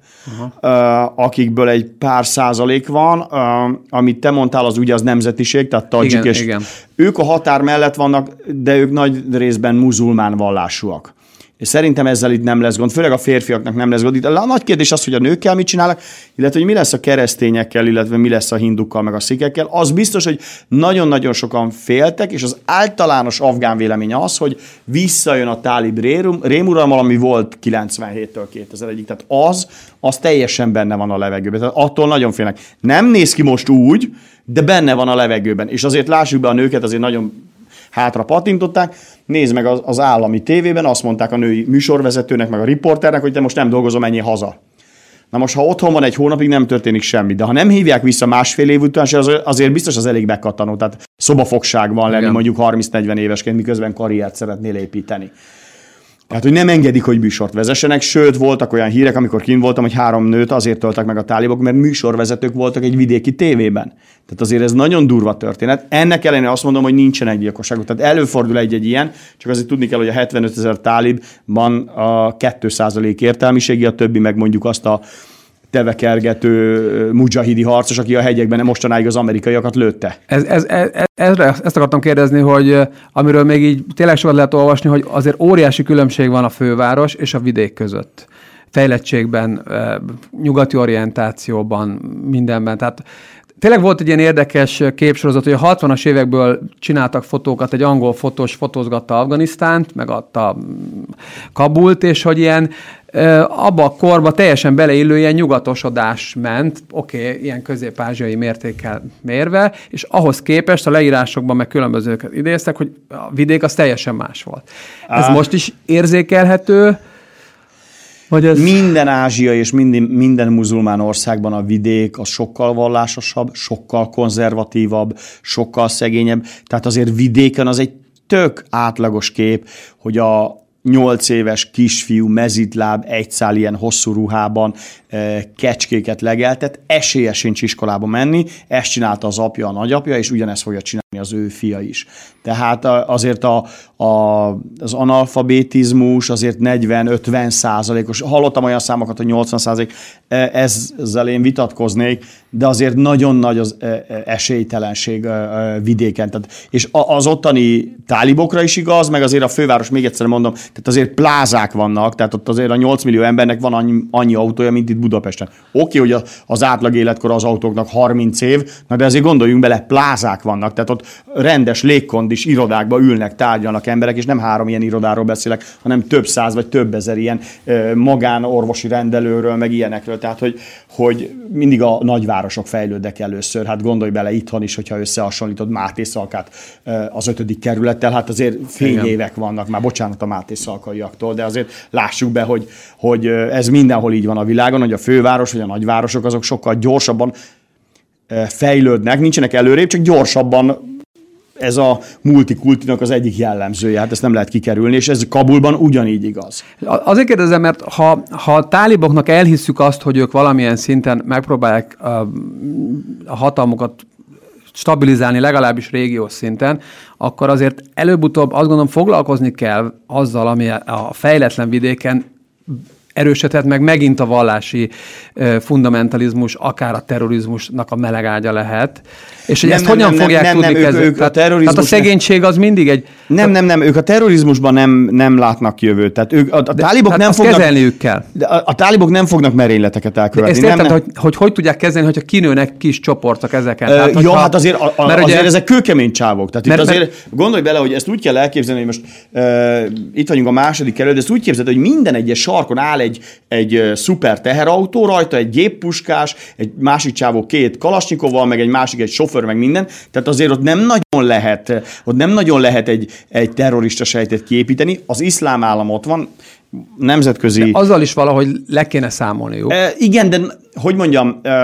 uh, akikből egy pár százalék van. Uh, amit te mondtál, az ugye az nemzetiség, tehát tadzsik, és igen. Ők a határ mellett vannak, de ők nagy részben muzulmán vallásúak. És szerintem ezzel itt nem lesz gond, főleg a férfiaknak nem lesz gond. Itt a nagy kérdés az, hogy a nőkkel mit csinálnak, illetve hogy mi lesz a keresztényekkel, illetve mi lesz a hindukkal, meg a szikekkel. Az biztos, hogy nagyon-nagyon sokan féltek, és az általános afgán vélemény az, hogy visszajön a tálib rémuralom, ami volt kilencvenhéttől kétezer-egyig. Tehát az, az teljesen benne van a levegőben. Tehát attól nagyon félnek. Nem néz ki most úgy, de benne van a levegőben. És azért lássuk be, a nőket azért nagyon hátra pattintották. Nézd meg az, az állami tévében, azt mondták a női műsorvezetőnek, meg a riporternek, hogy te most nem dolgozom, menjél haza. Na most, ha otthon van egy hónapig, nem történik semmi. De ha nem hívják vissza másfél év után, az, azért biztos az elég megkattanó. Tehát szobafogságban lenni, igen, mondjuk harminc-negyven évesként, miközben karriert szeretnél építeni. Tehát, hogy nem engedik, hogy műsort vezessenek, sőt, voltak olyan hírek, amikor kint voltam, hogy három nőt azért töltek meg a tálibok, mert műsorvezetők voltak egy vidéki tévében. Tehát azért ez nagyon durva történet. Ennek ellenére azt mondom, hogy nincsenek gyilkosságok. Tehát előfordul egy-egy ilyen, csak azért tudni kell, hogy a hetvenöt ezer tálibban a két százalék értelmiségi, a többi meg mondjuk azt a tevekergető mujahidi harcos, aki a hegyekben mostanáig az amerikaiakat lőtte. Ez, ez, ez, ez, ezt akartam kérdezni, hogy amiről még így tényleg sokat lehet olvasni, hogy azért óriási különbség van a főváros és a vidék között. Fejlettségben, nyugati orientációban, mindenben. Tehát tényleg volt egy ilyen érdekes képsorozat, hogy a hatvanas évekből csináltak fotókat, egy angol fotós fotózgatta Afganisztánt, meg adta Kabult, és hogy ilyen abba a korba teljesen beleillő ilyen nyugatosodás ment, oké, okay, ilyen közép-ázsiai mértékkel mérve, és ahhoz képest a leírásokban meg különbözőket idéztek, hogy a vidék az teljesen más volt. Ez ah. most is érzékelhető? Vagy ez... Minden ázsiai és minden, minden muzulmán országban a vidék az sokkal vallásosabb, sokkal konzervatívabb, sokkal szegényebb. Tehát azért vidéken az egy tök átlagos kép, hogy a nyolc éves kisfiú mezitláb, egy szál ilyen hosszú ruhában kecskéket legeltet, esélye sincs iskolába menni, ezt csinálta az apja, a nagyapja, és ugyanezt fogja csinálni az ő fia is. Tehát azért a, a, az analfabetizmus azért negyven-ötven százalékos. Hallottam olyan számokat, hogy nyolcvan százalék, ezzel én vitatkoznék, de azért nagyon nagy az esélytelenség vidéken. Tehát, és az ottani tálibokra is igaz, meg azért a főváros, még egyszer mondom, tehát azért plázák vannak, tehát ott azért a nyolc millió embernek van annyi, annyi autója, mint itt Budapesten. Oké, hogy az átlag életkor az autóknak harminc év, na de azért gondoljunk bele, plázák vannak, tehát ott ott rendes légkondis irodákba ülnek, tárgyalnak emberek, és nem három ilyen irodáról beszélek, hanem több száz vagy több ezer ilyen magánorvosi rendelőről, meg ilyenekről. Tehát, hogy, hogy mindig a nagyvárosok fejlődnek először. Hát gondolj bele itthon is, hogyha összehasonlítod Mátészalkát az ötödik kerülettel, hát azért fényévek vannak, már bocsánat a mátészalkaiaktól, de azért lássuk be, hogy, hogy ez mindenhol így van a világon, hogy a főváros vagy a nagyvárosok azok sokkal gyorsabban fejlődnek, nincsenek előrébb, csak gyorsabban ez a multikultinak az egyik jellemzője, hát ezt nem lehet kikerülni, és ez Kabulban ugyanígy igaz. Azért kérdezem, mert ha, ha a táliboknak elhisszük azt, hogy ők valamilyen szinten megpróbálják a, a hatalmukat stabilizálni, legalábbis régiós szinten, akkor azért előbb-utóbb azt gondolom foglalkozni kell azzal, ami a fejletlen vidéken erősödhet meg megint a vallási uh, fundamentalizmus, akár a terrorizmusnak a melegágya lehet. És hogy nem, ezt nem, hogyan nem, fogják nem, tudni nem, kezelni? Tehát, tehát a szegénység az mindig egy... Nem, nem, nem, ők a terrorizmusban nem, nem látnak jövőt. Tehát ők, a, a de, tálibok hát nem fognak... kezelniük kell. De a, a tálibok nem fognak merényleteket elkövetni. Ezt értem, nem, hogy, hogy hogy tudják kezelni, hogyha kinőnek kis csoportok ezeken. Uh, tehát, jó, ha, hát azért, a, a, mert azért ugye, ezek kőkemény csávok. Tehát mert, itt azért mert, gondolj bele, hogy ezt úgy kell elképzelni, hogy most uh, itt vagyunk a második kerület, de ezt úgy képzeld, hogy minden egyes sarkon áll egy, egy uh, szuper teherautó rajta, egy géppuskás, egy másik csávó két kalasnyikovval, meg egy másik egy sofőr, meg minden. Tehát azért ott nem nagyon lehet, ott nem nagyon lehet egy, egy terrorista sejtet kiépíteni. Az iszlám állam ott van, nemzetközi... De azzal is valahogy le kéne számolniuk. E, igen, de hogy mondjam, e,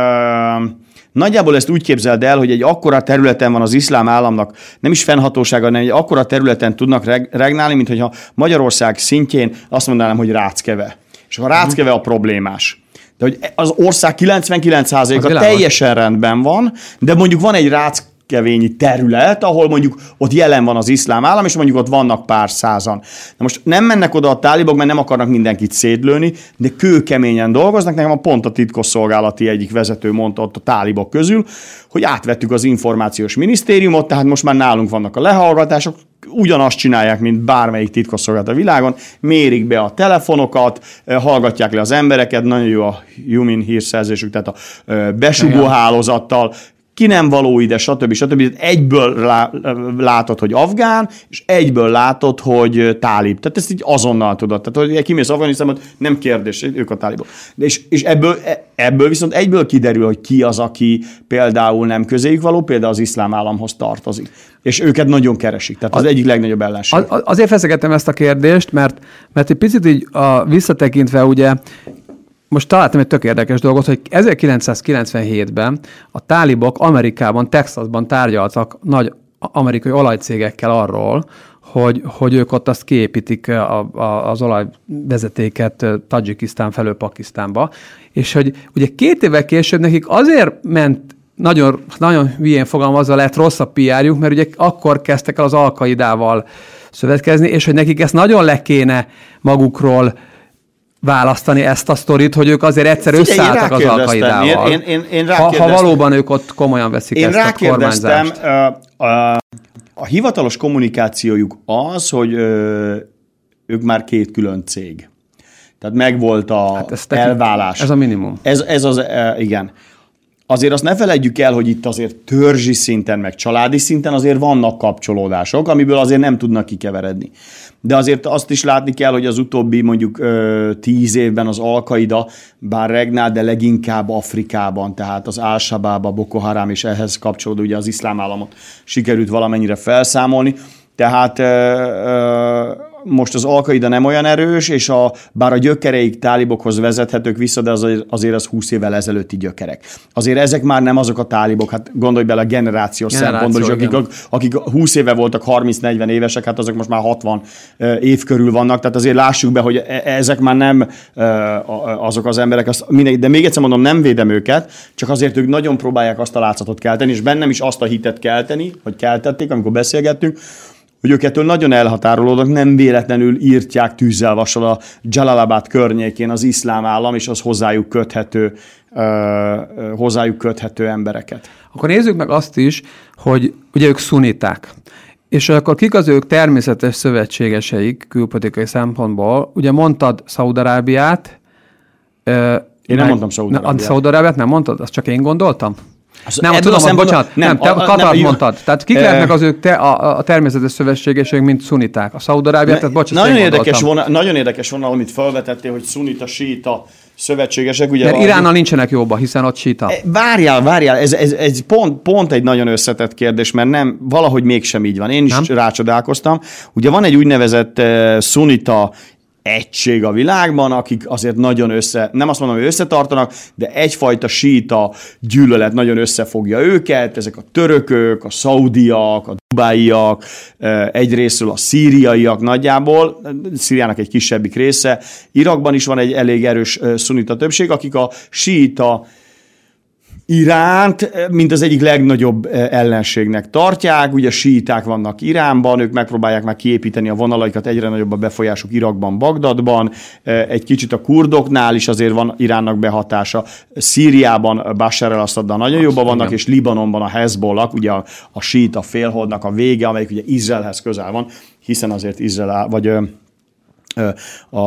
nagyjából ezt úgy képzeld el, hogy egy akkora területen van az iszlám államnak, nem is fennhatósága, hanem egy akkora területen tudnak reg, regnálni, mint hogyha Magyarország szintjén azt mondanám, hogy Ráckeve. És a Ráckeve a problémás. De hogy az ország kilencvenkilenc százaléka teljesen rendben van, de mondjuk van egy ráckevényi terület, ahol mondjuk ott jelen van az iszlám állam, és mondjuk ott vannak pár százan. Na most nem mennek oda a tálibok, mert nem akarnak mindenkit szétlőni, de kőkeményen dolgoznak. Nekem a pont a titkosszolgálati egyik vezető mondta ott a tálibok közül, hogy átvettük az információs minisztériumot, tehát most már nálunk vannak a lehallgatások, ugyanazt csinálják, mint bármelyik titkosszolgálat a világon, mérik be a telefonokat, hallgatják le az embereket, nagyon jó a human hírszerzésük, tehát a besugó hálózattal, ki nem való ide, stb. stb. Egyből látod, hogy afgán, és egyből látod, hogy tálib. Tehát ezt így azonnal tudod. Tehát, hogy kimész Afganisztánban, nem kérdés, ők a tálibok. És, és ebből, ebből viszont egyből kiderül, hogy ki az, aki például nem közéjük való, például az iszlám államhoz tartozik. És őket nagyon keresik. Tehát az, az egyik legnagyobb ellenség. Az, azért feszegettem ezt a kérdést, mert, mert egy picit így a, visszatekintve ugye most találtam egy tök érdekes dolgot, hogy ezerkilencszázkilencvenhétben a tálibok Amerikában, Texasban tárgyaltak nagy amerikai olajcégekkel arról, hogy, hogy ők ott azt kiépítik a, a, az olajvezetéket Tadzsikisztán felől Pakisztánba, és hogy ugye két évvel később nekik azért ment nagyon, nagyon hülyén fogalmazva lett rossz a pé er-juk, mert ugye akkor kezdtek el az Al-Qaidával szövetkezni, és hogy nekik ezt nagyon le kéne magukról választani ezt a sztorit, hogy ők azért egyszer Figyelj, összeálltak az Al-Qaidával. Én, én, én ha, ha valóban ők ott komolyan veszik én ezt a kormányzást. Én a, a, a hivatalos kommunikációjuk az, hogy ö, ők már két külön cég. Tehát megvolt a hát ez elválás. Ez a minimum. Ez, ez az, e, igen. Azért azt ne feledjük el, hogy itt azért törzsi szinten, meg családi szinten azért vannak kapcsolódások, amiből azért nem tudnak kikeveredni. De azért azt is látni kell, hogy az utóbbi mondjuk ö, tíz évben az Al-Qaida bár regnál, de leginkább Afrikában, tehát az Al-Shabaab, a Boko Haram és ehhez kapcsolódó ugye az iszlám államot sikerült valamennyire felszámolni. Tehát ö, ö, most az Al-Qaida nem olyan erős, és a, bár a gyökereik tálibokhoz vezethetők vissza, de azért, azért az húsz évvel ezelőtti gyökerek. Azért ezek már nem azok a tálibok, hát gondolj bele a generációs Generáció, szempontból is, akik, akik húsz éve voltak harminc-negyven évesek, hát azok most már hatvan év körül vannak, tehát azért lássuk be, hogy ezek már nem azok az emberek, de még egyszer mondom, nem védem őket, csak azért ők nagyon próbálják azt a látszatot kelteni, és bennem is azt a hitet kelteni, hogy keltették, amikor beszélgettünk, hogy ők ettől nagyon elhatárolódnak, nem véletlenül írtják tűzzel vassal a Jalalabad környékén az iszlám állam és az hozzájuk köthető, uh, hozzájuk köthető embereket. Akkor nézzük meg azt is, hogy ugye ők szuniták. És akkor kik az ők természetes szövetségeseik külpolitikai szempontból? Ugye mondtad Szaúd-Arábiát. Uh, én nem mondtam Szaúd-Arábiát. Szaúd-Arábiát nem mondtad? Azt csak én gondoltam? Nem, tudom, szempontból... bocsánat, nem, nem te a, Katart nem, mondtad. Tehát kik e... lehetnek az ők te, a, a természetes szövetségesek, mint szuniták? A Szaúd-Arábia, tehát bocsánat, nagyon érdekes, vonal, nagyon érdekes vonal, amit felvetettél, hogy szunita, síita szövetségesek. Ugye mert a... Iránnal nincsenek jóba, hiszen ott síita. Várjál, várjál, ez, ez, ez pont, pont egy nagyon összetett kérdés, mert nem, valahogy mégsem így van. Én is nem? rácsodálkoztam. Ugye van egy úgynevezett uh, szunita egység a világban, akik azért nagyon össze, nem azt mondom, hogy összetartanak, de egyfajta síita gyűlölet nagyon összefogja őket, ezek a törökök, a szaudiak, a dubáiak, egyrésztről a szíriaiak nagyjából, Szíriának egy kisebbik része, Irakban is van egy elég erős szunita többség, akik a síita Iránt, mint az egyik legnagyobb ellenségnek tartják, ugye síiták vannak Iránban, ők megpróbálják már kiépíteni a vonalaikat, egyre nagyobb a befolyásuk Irakban, Bagdadban, egy kicsit a kurdoknál is azért van Iránnak behatása, Szíriában Bashar al-Assaddal nagyon jobban vannak, és Libanonban a Hezbollah, ugye a, a síita félholdnak a vége, amelyik ugye Izraelhez közel van, hiszen azért Izrael, vagy ö, ö, a,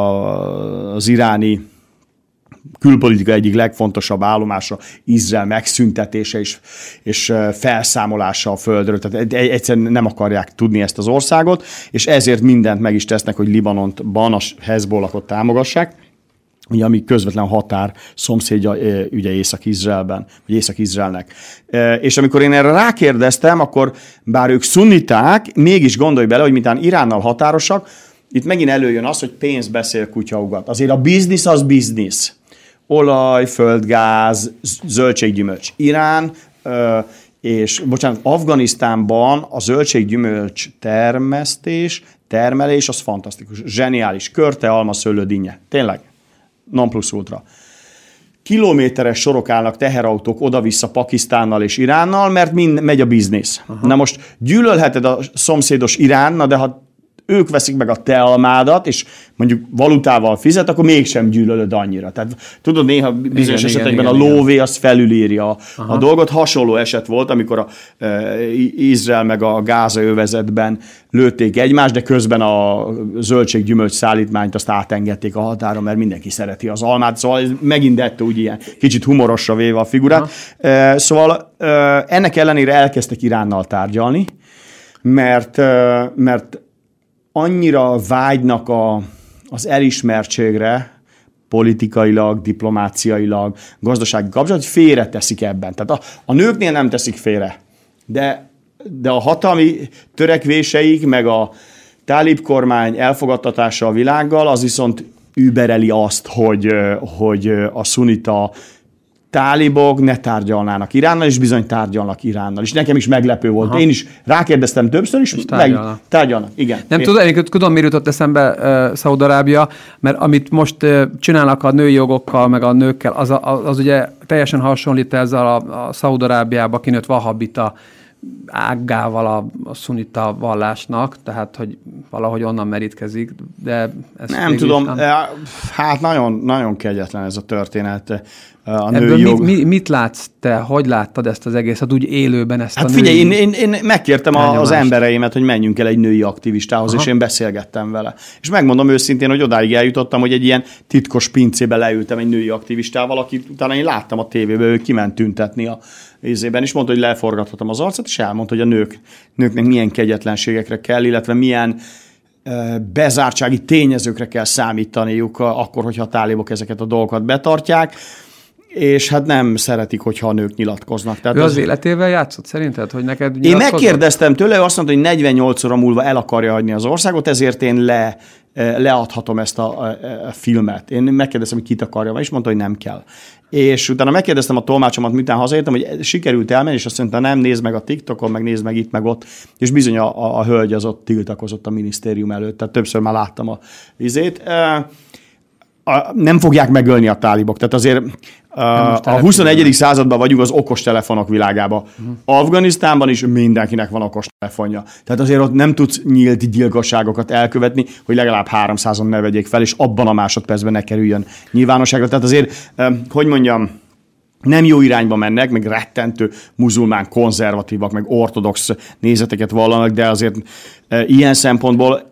a, az iráni külpolitika egyik legfontosabb állomása Izrael megszüntetése és, és felszámolása a földről. Tehát egyszerűen nem akarják tudni ezt az országot, és ezért mindent meg is tesznek, hogy Libanonban a Hezbollahot támogassák, ugye, ami közvetlen határ szomszédja ugye Észak-Izraelben, vagy Észak-Izraelnek. És amikor én erre rákérdeztem, akkor bár ők szunniták, mégis gondolj bele, hogy mintán Iránnal határosak, itt megint előjön az, hogy pénz beszél kutyaugat. Azért a biznisz az biznisz. Olaj, földgáz, zöldséggyümölcs. Irán és, bocsánat, Afganisztánban a zöldséggyümölcs termesztés, termelés az fantasztikus, zseniális. Körte, alma, szőlő, dinnye. Tényleg, non plus ultra. Kilométeres sorok állnak teherautók oda-vissza Pakisztánnal és Iránnal, mert mind megy a biznisz. Aha. Na most gyűlölheted a szomszédos Iránnal, de ha ők veszik meg a te almádat, és mondjuk valutával fizet, akkor mégsem gyűlölöd annyira. Tehát tudod, néha bizonyos igen, esetekben igen, a igen, lóvé az felülírja a dolgot. Hasonló eset volt, amikor a e, Izrael meg a Gáza övezetben lőtték egymást, de közben a zöldséggyümölcs szállítmányt azt átengedték a határon, mert mindenki szereti az almát. Szóval megint ettől úgy ilyen kicsit humorosra véve a figurát. E, szóval e, ennek ellenére elkezdtek Iránnal tárgyalni, mert, e, mert annyira vágynak a, az elismertségre, politikailag, diplomáciailag, gazdasági kapcsolat, hogy félreteszik ebben. Tehát a, a nőknél nem teszik félre, de, de a hatalmi törekvéseik, meg a tálib kormány elfogadtatása a világgal, az viszont übereli azt, hogy, hogy a szunita tálibok ne tárgyalnának Iránnal, és bizony tárgyalnak Iránnal. És nekem is meglepő volt. Aha. Én is rákérdeztem többször, és, és tárgyalnak. Meg, tárgyalnak. Igen. Nem tudom, én tudom, miért jutott eszembe uh, Szaúd-Arábia, mert amit most uh, csinálnak a női jogokkal, meg a nőkkel, az, az, az ugye teljesen hasonlít ezzel a, a Szaúd-Arábiába kinőtt vahabita ággával a, a szunita vallásnak, tehát, hogy valahogy onnan merítkezik, de ezt nem tudom, nem... hát nagyon, nagyon kegyetlen ez a történet. A Ebből női jog... mit, mit látsz te? Hogy láttad ezt az egészet úgy élőben, ezt hát a figyelj, én, én, én megkértem a, az embereimet, hogy menjünk el egy női aktivistához, aha, és én beszélgettem vele. És megmondom őszintén, hogy odáig eljutottam, hogy egy ilyen titkos pincébe leültem egy női aktivistával, akit utána én láttam a tévében, ő kiment tüntetni a ízében, és mondta, hogy leforgathatom az arcát, és elmondta, hogy a nők, nőknek milyen kegyetlenségekre kell, illetve milyen bezártsági tényezőkre kell számítaniuk akkor, hogyha a tálibok ezeket a dolgokat betartják, és hát nem szeretik, hogyha a nők nyilatkoznak. Tehát ő az, az életével játszott szerinted, hogy neked én megkérdeztem tőle, ő azt mondta, hogy negyvennyolc óra múlva el akarja hagyni az országot, ezért én le, leadhatom ezt a, a, a filmet. Én megkérdeztem, hogy kit akarja, és mondta, hogy nem kell. És utána megkérdeztem a tolmácsomat, miután hazaértem, hogy sikerült elmenni, és azt mondta, nem, nézd meg a TikTokon, meg nézd meg itt, meg ott. És bizony a, a, a hölgy az ott tiltakozott a minisztérium előtt, tehát többször már láttam a vizét. A, nem fogják megölni a tálibok. Tehát azért a, a huszonegyedik században vagyunk az okostelefonok világában. Uh-huh. Afganisztánban is mindenkinek van okostelefonja. Tehát azért ott nem tudsz nyílt gyilkosságokat elkövetni, hogy legalább háromszázan ne vegyék fel, és abban a másodpercben ne kerüljön nyilvánosságra. Tehát azért, hogy mondjam, nem jó irányba mennek, meg rettentő muzulmán konzervatívak, meg ortodox nézeteket vallanak, de azért ilyen szempontból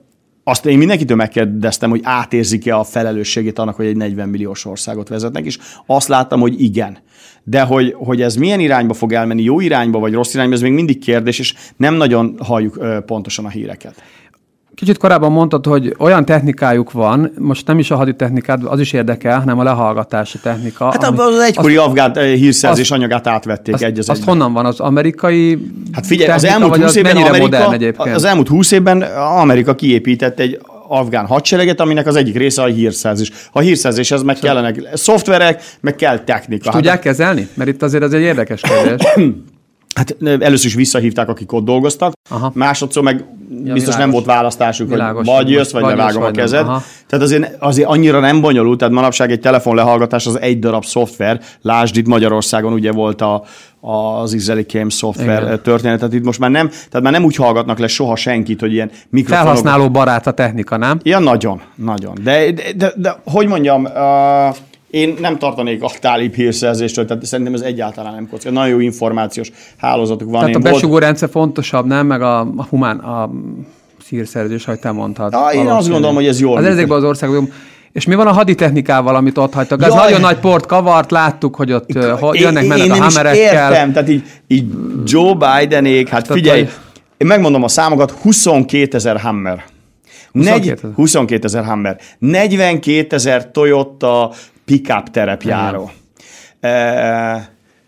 azt én mindenkitől megkérdeztem, hogy átérzik-e a felelősségét annak, hogy egy negyven milliós országot vezetnek, és azt láttam, hogy igen. De hogy, hogy ez milyen irányba fog elmenni, jó irányba vagy rossz irányba, ez még mindig kérdés, és nem nagyon halljuk ö, pontosan a híreket. Kicsit korábban mondtad, hogy olyan technikájuk van, most nem is a haditechnikát, az is érdekel, hanem a lehallgatási technika. Hát ami, az egykori azt, afgán hírszerzés azt, anyagát átvették azt, egy az Azt honnan van? Az amerikai Hát figyelj, technika, az elmúlt húsz évben Amerika, az elmúlt húsz évben Amerika kiépített egy afgán hadsereget, aminek az egyik része a hírszerzés. A hírszerzéshez meg kellenek szoftverek, meg kell technika. És tudják kezelni? Mert itt azért ez egy érdekes kérdés. Hát először is visszahívták, akik ott dolgoztak, aha. Másodszor meg ja, biztos világos. Nem volt választásuk, világos, hogy vagy jössz, vagy, vagy levágom a kezed. Tehát azért, azért annyira nem bonyolult, tehát manapság egy telefonlehallgatás az egy darab szoftver. Lásd, itt Magyarországon ugye volt a, az izraeli kém szoftver igen. történet, tehát itt most már nem, tehát már nem úgy hallgatnak le soha senkit, hogy ilyen mikrofonok... Felhasználó barát a technika, nem? Ja, nagyon, nagyon. De, de, de, de hogy mondjam... Uh, Én nem tartanék a tálib hírszerzéstől, tehát szerintem ez egyáltalán nem kocka. Nagyon jó információs hálózatuk van. Tehát én a besugó volt... rendszer fontosabb, nem? Meg a, a humán, a hírszerzés, ahogy te mondtad. Ja, én azt gondolom, hogy ez jól. Az ezekben az országokban. És mi van a haditechnikával, amit ott hagytak? Ez nagyon nagy port kavart, láttuk, hogy ott én, jönnek, mennek én a hammerekkel. Értem, tehát így, így Joe Bidenék, hát tehát figyelj, hogy... én megmondom a számokat, huszonkétezer Hammer. huszonkétezer Hammer. negyvenkétezer Toyota pick-up terepjáró. Uh,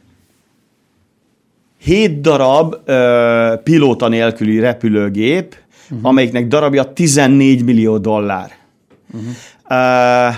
hét darab uh, pilóta nélküli repülőgép, uh-huh. amelyiknek darabja tizennégy millió dollár. Uh-huh. Uh,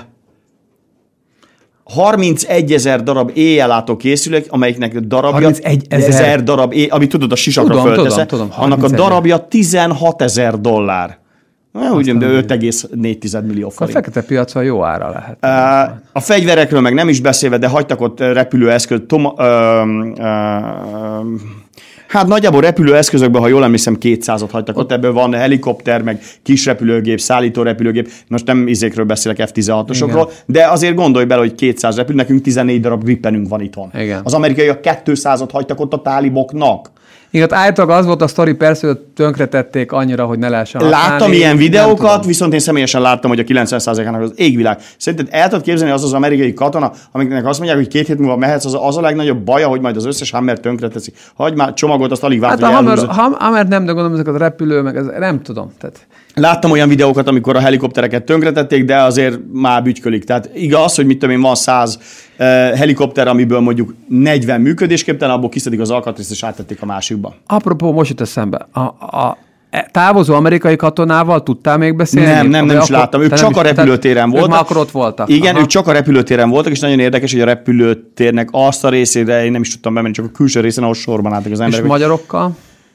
harmincegyezer darab éjjellátó készülék, amelyiknek darabja ezer darab, éj, amit tudod, a sisakra tudom, fölteszed, tudom, tudom, annak a darabja tizenhatezer dollár. Na, úgy, de öt egész négy millió forint. A fekete piacon jó ára lehet. A fegyverekről meg nem is beszélve, de hagytak ott repülőeszköz. Toma, ö, ö, ö, hát nagyjából repülőeszközökben, ha jól emlékszem, kétszázat hagytak ott. Ebből van helikopter, meg kis repülőgép, szállító repülőgép. Most nem izékről beszélek, ef tizenhatosokról, igen. De azért gondolj bele, hogy kétszáz repül, nekünk tizennégy darab Gripenünk van itthon. Igen. Az amerikaiak kétszázat hagytak ott a táliboknak. Igen, általában az volt a sztori, persze, hogy tönkretették annyira, hogy ne lehessen használni. Láttam ilyen videókat, viszont én személyesen láttam, hogy a kilencven százalékának az égvilág. Szerinted el tudod képzelni az az amerikai katona, amiknek azt mondják, hogy két hét múlva mehetsz, az, az a legnagyobb baja, hogy majd az összes Hammer tönkreteszi. Hagyj már csomagot, azt alig várt, hát hogy elhúzza. Hát a Hammer nem, de gondolom, ezek a repülő, meg ez, nem tudom. Tehát... Láttam olyan videókat, amikor a helikoptereket tönkretették, de azért már bütykölik. Tehát igaz, hogy mit tudom én, van száz uh, helikopter, amiből mondjuk negyven működésképtelen, abból kiszedik az alkatrészt, és áttették a másikba. Apropó, most jut eszembe. A, a távozó amerikai katonával tudtál még beszélni? Nem, nem, nem is láttam. Ők csak a repülőtéren voltak. Ők már akkor ott voltak. Igen, aha. Ők csak a repülőtéren voltak, és nagyon érdekes, hogy a repülőtérnek azt a részére én nem is tudtam bemenni, csak a külső részen, ahol sorban álltak az emberek. És magyarokkal?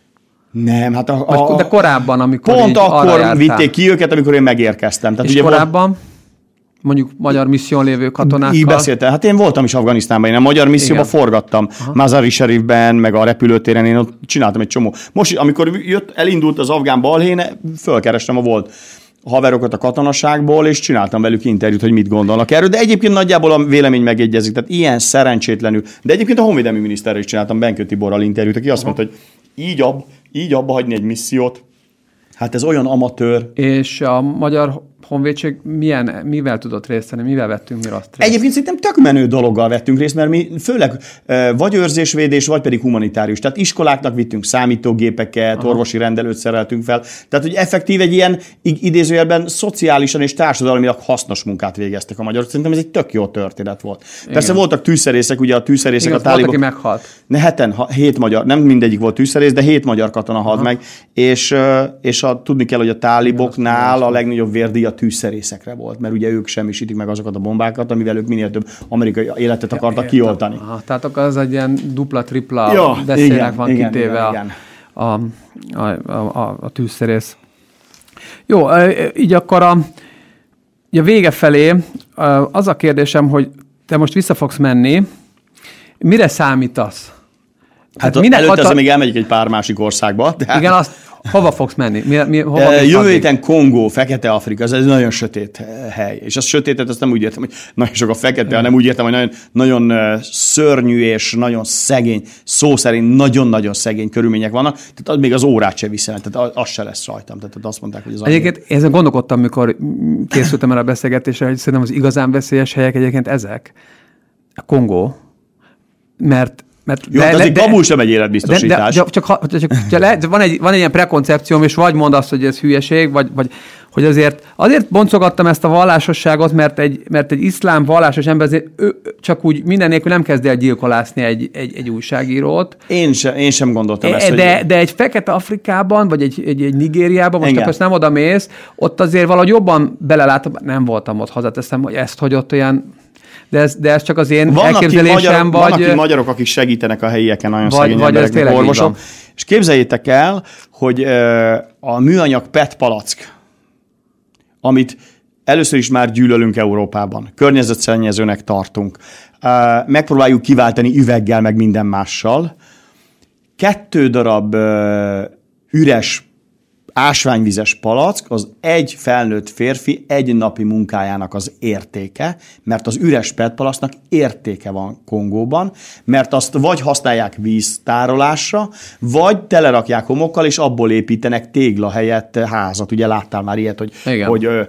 Nem, hát a, a, de korábban, amikor pont akkor vitték ki őket, amikor én megérkeztem. Tehát és ugye korábban? Volt, mondjuk magyar misszión lévő katonákkal? Így beszéltem. Hát én voltam is Afganisztánban, én a magyar misszióban igen. forgattam. Mazar-i Sharifben, meg a repülőtéren, én ott csináltam egy csomó. Most, amikor jött, elindult az afgán balhén, fölkerestem a volt haverokat a katonaságból, és csináltam velük interjút, hogy mit gondolnak erről. De egyébként nagyjából a vélemény megegyezik. Tehát ilyen szerencsétlenül. De egyébként a honvédelmi miniszterrel is csináltam, Benkő Tiborral interjút, aki azt mondta, hogy így, ab, így abba hagyni egy missziót. Hát ez olyan amatőr. És a magyar honvédség milyen, mivel tudott részt venni, mivel vettünk mi azt részt? Egyébként szerintem tök menő dologgal vettünk részt, mert mi főleg vagy őrzésvédés, vagy pedig humanitárius. Tehát iskoláknak vittünk számítógépeket, aha. orvosi rendelőt szereltünk fel. Tehát, hogy effektív egy ilyen idézőjelben szociálisan és társadalmilag hasznos munkát végeztek a magyarok. Szerintem ez egy tök jó történet volt. Igen. Persze voltak tűzszerészek, ugye a tűzszerészek igen, a tálibok. Volt, aki meghalt. Ne, heten, ha, hét magyar, nem mindegyik volt tűzszerész, de hét magyar katona halt meg. És, és a, tudni kell, hogy a táliboknál a legnagyobb vérdíj a tűzszerészekre volt, mert ugye ők semmisítik meg azokat a bombákat, amivel ők minél több amerikai életet akartak ja, kioltani. Aha, tehát akkor az egy ilyen dupla-tripla ja, beszélek van igen, kitéve igen, a, a, a, a, a tűzszerész. Jó, így akkor a, a vége felé az a kérdésem, hogy te most vissza fogsz menni, mire számítasz? Hát minek előtte azért még elmegyek egy pár másik országba. De... Igen, azt, Hova fogsz menni? Mi, mi, hova uh, jövő héten Kongó, Fekete-Afrika, ez egy nagyon sötét hely. És az sötétet, azt nem úgy értem, hogy nagyon sok a fekete, hanem úgy értem, hogy nagyon, nagyon uh, szörnyű és nagyon szegény, szó szerint nagyon-nagyon szegény körülmények vannak. Tehát az még az órát se viszel, tehát az se lesz rajtam. Tehát azt mondták, hogy az egyébként ezen gondolkodtam, mikor készültem el a beszélgetésre, hogy szerintem az igazán veszélyes helyek egyébként ezek. A Kongó. Mert Mert jó, de, azért Kabul sem egy életbiztosítás. De, de, csak, csak, csak, csak le, van, egy, van egy ilyen prekoncepcióm, és vagy mondd azt, hogy ez hülyeség, vagy, vagy hogy azért, azért boncogattam ezt a vallásosságot, mert egy, mert egy iszlám vallásos ember azért ő, csak úgy minden nélkül nem kezd el gyilkolászni egy, egy, egy újságírót. Én, se, én sem gondoltam ezt. De, hogy... de egy Fekete-Afrikában, vagy egy, egy, egy Nigériában, most akkor nem oda mész, ott azért valahogy jobban belelátom, nem voltam ott, hazateszem, hogy ezt, hogy ott olyan... De ez, de ez csak az én vannak elképzelésem, magyarok, vagy... Vannak magyarok, akik segítenek a helyieken, nagyon vagy, szegény vagy embereknek, orvosok. És képzeljétek el, hogy a műanyag pé é té palack, amit először is már gyűlölünk Európában, környezetszennyezőnek tartunk, megpróbáljuk kiváltani üveggel, meg minden mással. Kettő darab üres ásványvizes palack az egy felnőtt férfi egy napi munkájának az értéke, mert az üres pé é té palacknak értéke van Kongóban, mert azt vagy használják víztárolásra, vagy telerakják homokkal, és abból építenek tégla helyett házat. Ugye láttál már ilyet, hogy, hogy ö,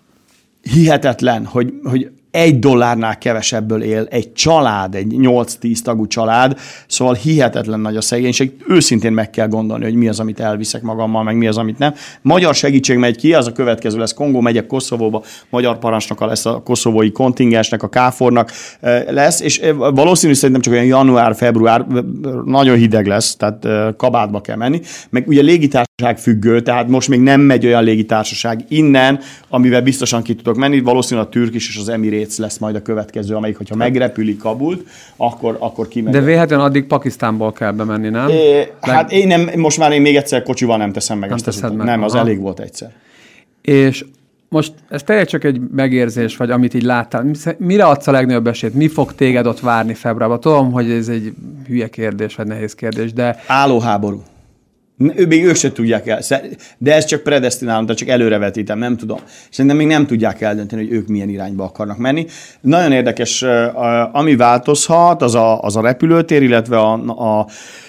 hihetetlen, hogy, hogy egy dollárnál kevesebből él egy család, egy nyolc-tíz tagú család, szóval hihetetlen nagy a szegénység. Őszintén meg kell gondolni, hogy mi az, amit elviszek magammal, meg mi az, amit nem. Magyar segítség megy ki, az a következő lesz. Kongó megyek Koszovóba, magyar parancsnoka lesz a koszovói kontingensnek, a káfornak lesz, és valószínű szerintem csak olyan január, február, nagyon hideg lesz, tehát kabátba kell menni. Meg ugye légitársaság függő, tehát most még nem megy olyan légitársaság innen, amivel biztosan ki tudok menni, valószínűleg a Turkish és az Emirates lesz majd a következő, amelyik, hogyha megrepüli Kabult, akkor, akkor kimegy. De véletlenül addig Pakisztánból kell bemenni, nem? É, hát én nem, most már én még egyszer kocsival nem teszem meg nem ezt az utat. meg. Nem, az Aha. elég volt egyszer. És most ez tényleg csak egy megérzés, vagy amit így láttál. Mire adsz a legnagyobb esélyt? Mi fog téged ott várni februárban? Tudom, hogy ez egy hülye kérdés, vagy nehéz kérdés, de... Állóháború. Ő még ők se tudják el, de ez csak predesztinálom, de csak előrevetítem, nem tudom. Szerintem még nem tudják eldönteni, hogy ők milyen irányba akarnak menni. Nagyon érdekes, ami változhat, az a, az a repülőtér, illetve a, a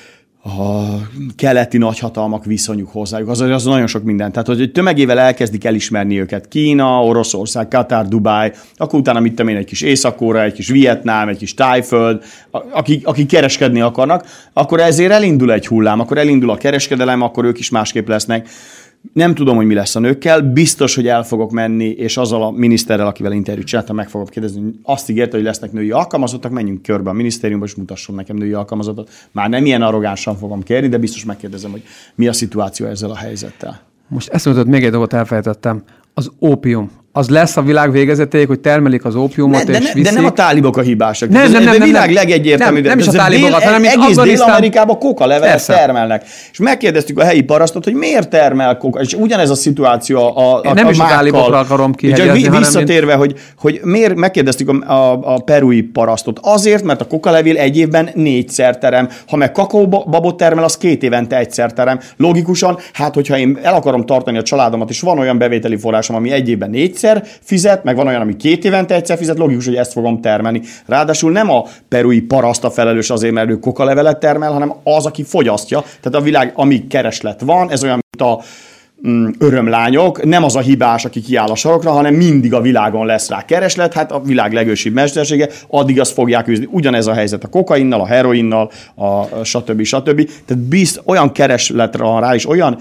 a keleti nagyhatalmak viszonyuk hozzájuk. Az, az nagyon sok minden. Tehát, hogy tömegével elkezdik elismerni őket. Kína, Oroszország, Katár, Dubáj, akkor utána mit tudom én, egy kis Észak-Korea, egy kis Vietnám, egy kis Tájföld, akik, akik kereskedni akarnak, akkor ezért elindul egy hullám, akkor elindul a kereskedelem, akkor ők is másképp lesznek. Nem tudom, hogy mi lesz a nőkkel, biztos, hogy el fogok menni, és azzal a miniszterrel, akivel interjút csináltam, meg fogok kérdezni, azt ígérte, hogy lesznek női alkalmazottak, menjünk körbe a minisztériumba, és mutasson nekem női alkalmazottat. Már nem ilyen arrogánsan fogom kérni, de biztos megkérdezem, hogy mi a szituáció ezzel a helyzettel. Most ezt mondtad, még egy dolgot elfelejtettem. Az ópium. Az lesz a világ végezetéig, hogy termelik az ópiumot, ne, és de, ne, viszik. de nem a tálibok a hibásak. Nem, ez, nem, nem, a világ nem, legegyértelműbb. Nem, nem is a tálibokat, hanem egész Afganisztán... Dél-Amerikában kokalevelet termelnek. És megkérdeztük a helyi parasztot, hogy miért termel koka. És ugyanez a szituáció a, a, nem a is mákkal. A tálibokra akarom kihegyezni, hanem... Visszatérve, hogy, hogy miért megkérdeztük a, a, a perui parasztot. Azért, mert a kokalevél egy évben négyszer terem. Ha meg kakaóbabot termel, az két évente egyszer terem. Logikusan, hát hogyha én el akarom tartani a családomat, és van olyan bevételi forrásom, ami egy évben négyszer fizet, meg van olyan, ami két évente egyszer fizet, logikus, hogy ezt fogom termelni. Ráadásul nem a perui paraszt a felelős azért, mert ő kokalevelet termel, hanem az, aki fogyasztja. Tehát a világ, amíg kereslet van, ez olyan, mint a mm, örömlányok, nem az a hibás, aki kiáll a sarokra, hanem mindig a világon lesz rá kereslet, hát a világ legősibb mestersége, addig azt fogják űzni. Ugyanez a helyzet a kokainnal, a heroinnal, a stb. stb. Tehát bizt, olyan keresletre van rá, és olyan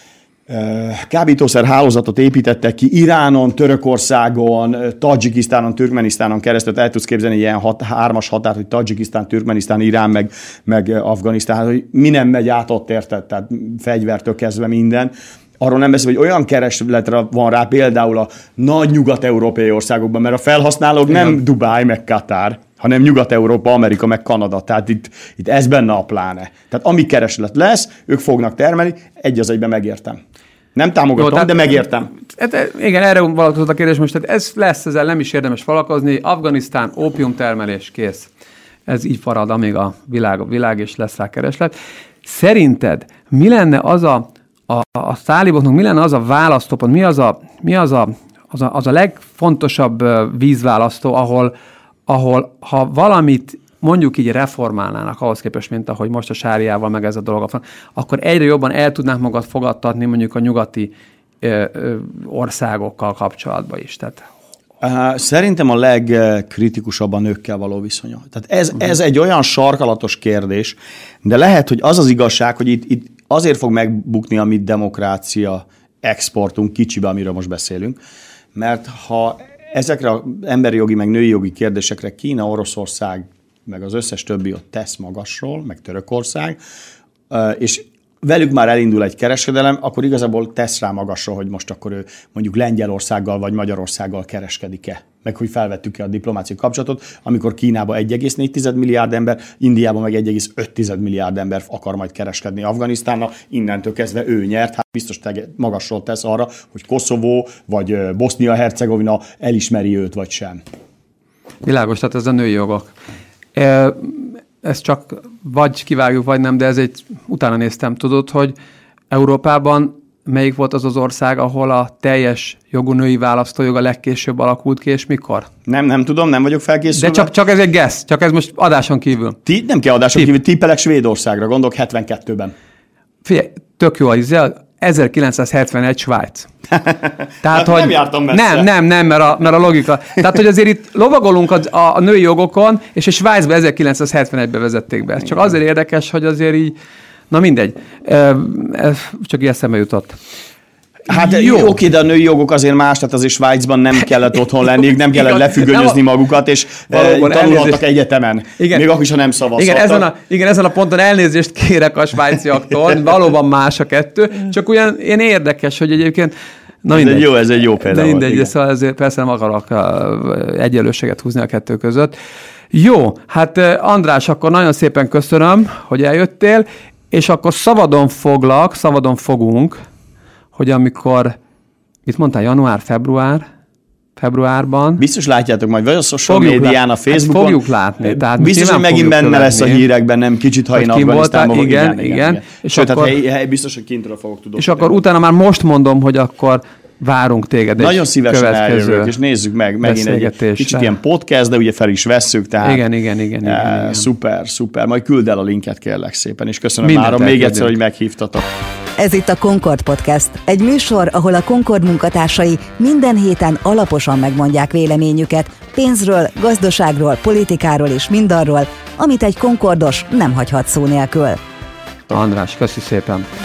kábítószer hálózatot építettek ki Iránon, Törökországon, Tadzsikisztánon, Türkmenisztánon keresztül. El tudsz képzelni ilyen hat, hármas határt, hogy Tadzsikisztán, Türkmenisztán, Irán, meg, meg Afganisztán, hogy mi nem megy át ott, érted? Tehát fegyvertől kezdve minden. Arról nem beszél, hogy olyan keresletre van rá például a nagy nyugat-európai országokban, mert a felhasználók igen. nem Dubáj, meg Katár, hanem Nyugat-Európa, Amerika, meg Kanada. Tehát itt, itt ez benne a pláne. Tehát ami kereslet lesz, ők fognak termelni, egy az egyben megértem. Nem támogatom, jó, tehát, de megértem. Hát, igen, erre valakozott a kérdés most, tehát ez lesz, ezzel nem is érdemes foglalkozni. Afganisztán, ópiumtermelés, kész. Ez így farad, amíg a világ, a világ és lesz rá kereslet. Szerinted mi lenne az a a, a táliboknak mi lenne az a választópont, mi az a, mi az a, az a, az a legfontosabb vízválasztó, ahol, ahol ha valamit mondjuk így reformálnának ahhoz képest, mint ahogy most a sáriával meg ez a dolog van, akkor egyre jobban el tudnánk magad fogadtatni mondjuk a nyugati ö, ö, országokkal kapcsolatban is. Tehát... Szerintem a legkritikusabb a nőkkel való viszonya. Tehát ez, uh-huh. ez egy olyan sarkalatos kérdés, de lehet, hogy az az igazság, hogy itt, itt azért fog megbukni a mi demokrácia exportunk kicsibe, amiről most beszélünk, mert ha ezekre az emberi jogi meg női jogi kérdésekre Kína, Oroszország, meg az összes többi ott tesz magasról, meg Törökország, és velük már elindul egy kereskedelem, akkor igazából tesz rá magasra, hogy most akkor ő mondjuk Lengyelországgal vagy Magyarországgal kereskedik-e, meg hogy felvettük-e a diplomáciai kapcsolatot, amikor Kínában egy egész négy milliárd ember, Indiában meg egy egész öt milliárd ember akar majd kereskedni Afganisztánnal, innentől kezdve ő nyert, hát biztos magasról tesz arra, hogy Koszovó vagy Bosznia-Hercegovina elismeri őt vagy sem. Világos, tehát ez a női jogok. Ezt csak vagy kivágjuk, vagy nem, de ez egy, utána néztem, tudod, hogy Európában melyik volt az az ország, ahol a teljes jogú női választójog a legkésőbb alakult ki, és mikor? Nem, nem tudom, nem vagyok felkészülve. De csak, csak ez egy guess, csak ez most adáson kívül. Ti, nem kell adáson Tipp. kívül, tippelek Svédországra, gondolok hetvenkettőben. Figyelj, tök jó, ezerkilencszázhetvenegy Svájc. Tehát, hát hogy nem jártam messze. Nem, nem, nem, mert a, mert a logika. Tehát, hogy azért itt lovagolunk a, a női jogokon, és a Svájcba ezerkilencszázhetvenegyben vezették be. Csak azért érdekes, hogy azért így, na mindegy. Ez csak ilyen eszembe jutott. Hát jó, oké, de a női jogok azért más, tehát azért Svájcban nem kellett otthon lenni, nem kellett lefüggönyozni magukat, és valóban tanulhattak egyetemen. Igen. Még akkor is, ha nem szavazhattak. Igen ezen, a, igen, ezen a ponton elnézést kérek a svájciaktól, valóban más a kettő, csak olyan ilyen érdekes, hogy egyébként na ez egy jó, ez egy jó példa. De mindegy, volt, szóval ezért persze nem akarok egyenlőséget húzni a kettő között. Jó, hát András, akkor nagyon szépen köszönöm, hogy eljöttél, és akkor szabadon foglak, szabadon fogunk, hogy amikor, mit mondtál, január, február, februárban. Biztos látjátok majd, vagy a social médián, a Facebookon. Ezt fogjuk látni. Tehát biztos, hogy megint benne követni. Lesz a hírekben, nem kicsit, ha én Afganisztánban igen, igen, igen, igen. És Sőt, akkor, hát hely, biztos, hogy kintről fogok tudni. És akkor utána már most mondom, hogy akkor várunk téged. Nagyon szívesen eljövök, és nézzük meg megint egy kicsit ilyen podcast, de ugye fel is vesszük, tehát igen, igen, igen, igen, uh, igen. Szuper, szuper. Majd küld el a linket, kérlek szépen, és köszönöm már még egyszer, hogy meghívtatok. Ez itt a Concord Podcast, egy műsor, ahol a Concord munkatársai minden héten alaposan megmondják véleményüket pénzről, gazdaságról, politikáról és mindarról, amit egy Concordos nem hagyhat szó nélkül. András, köszi szépen!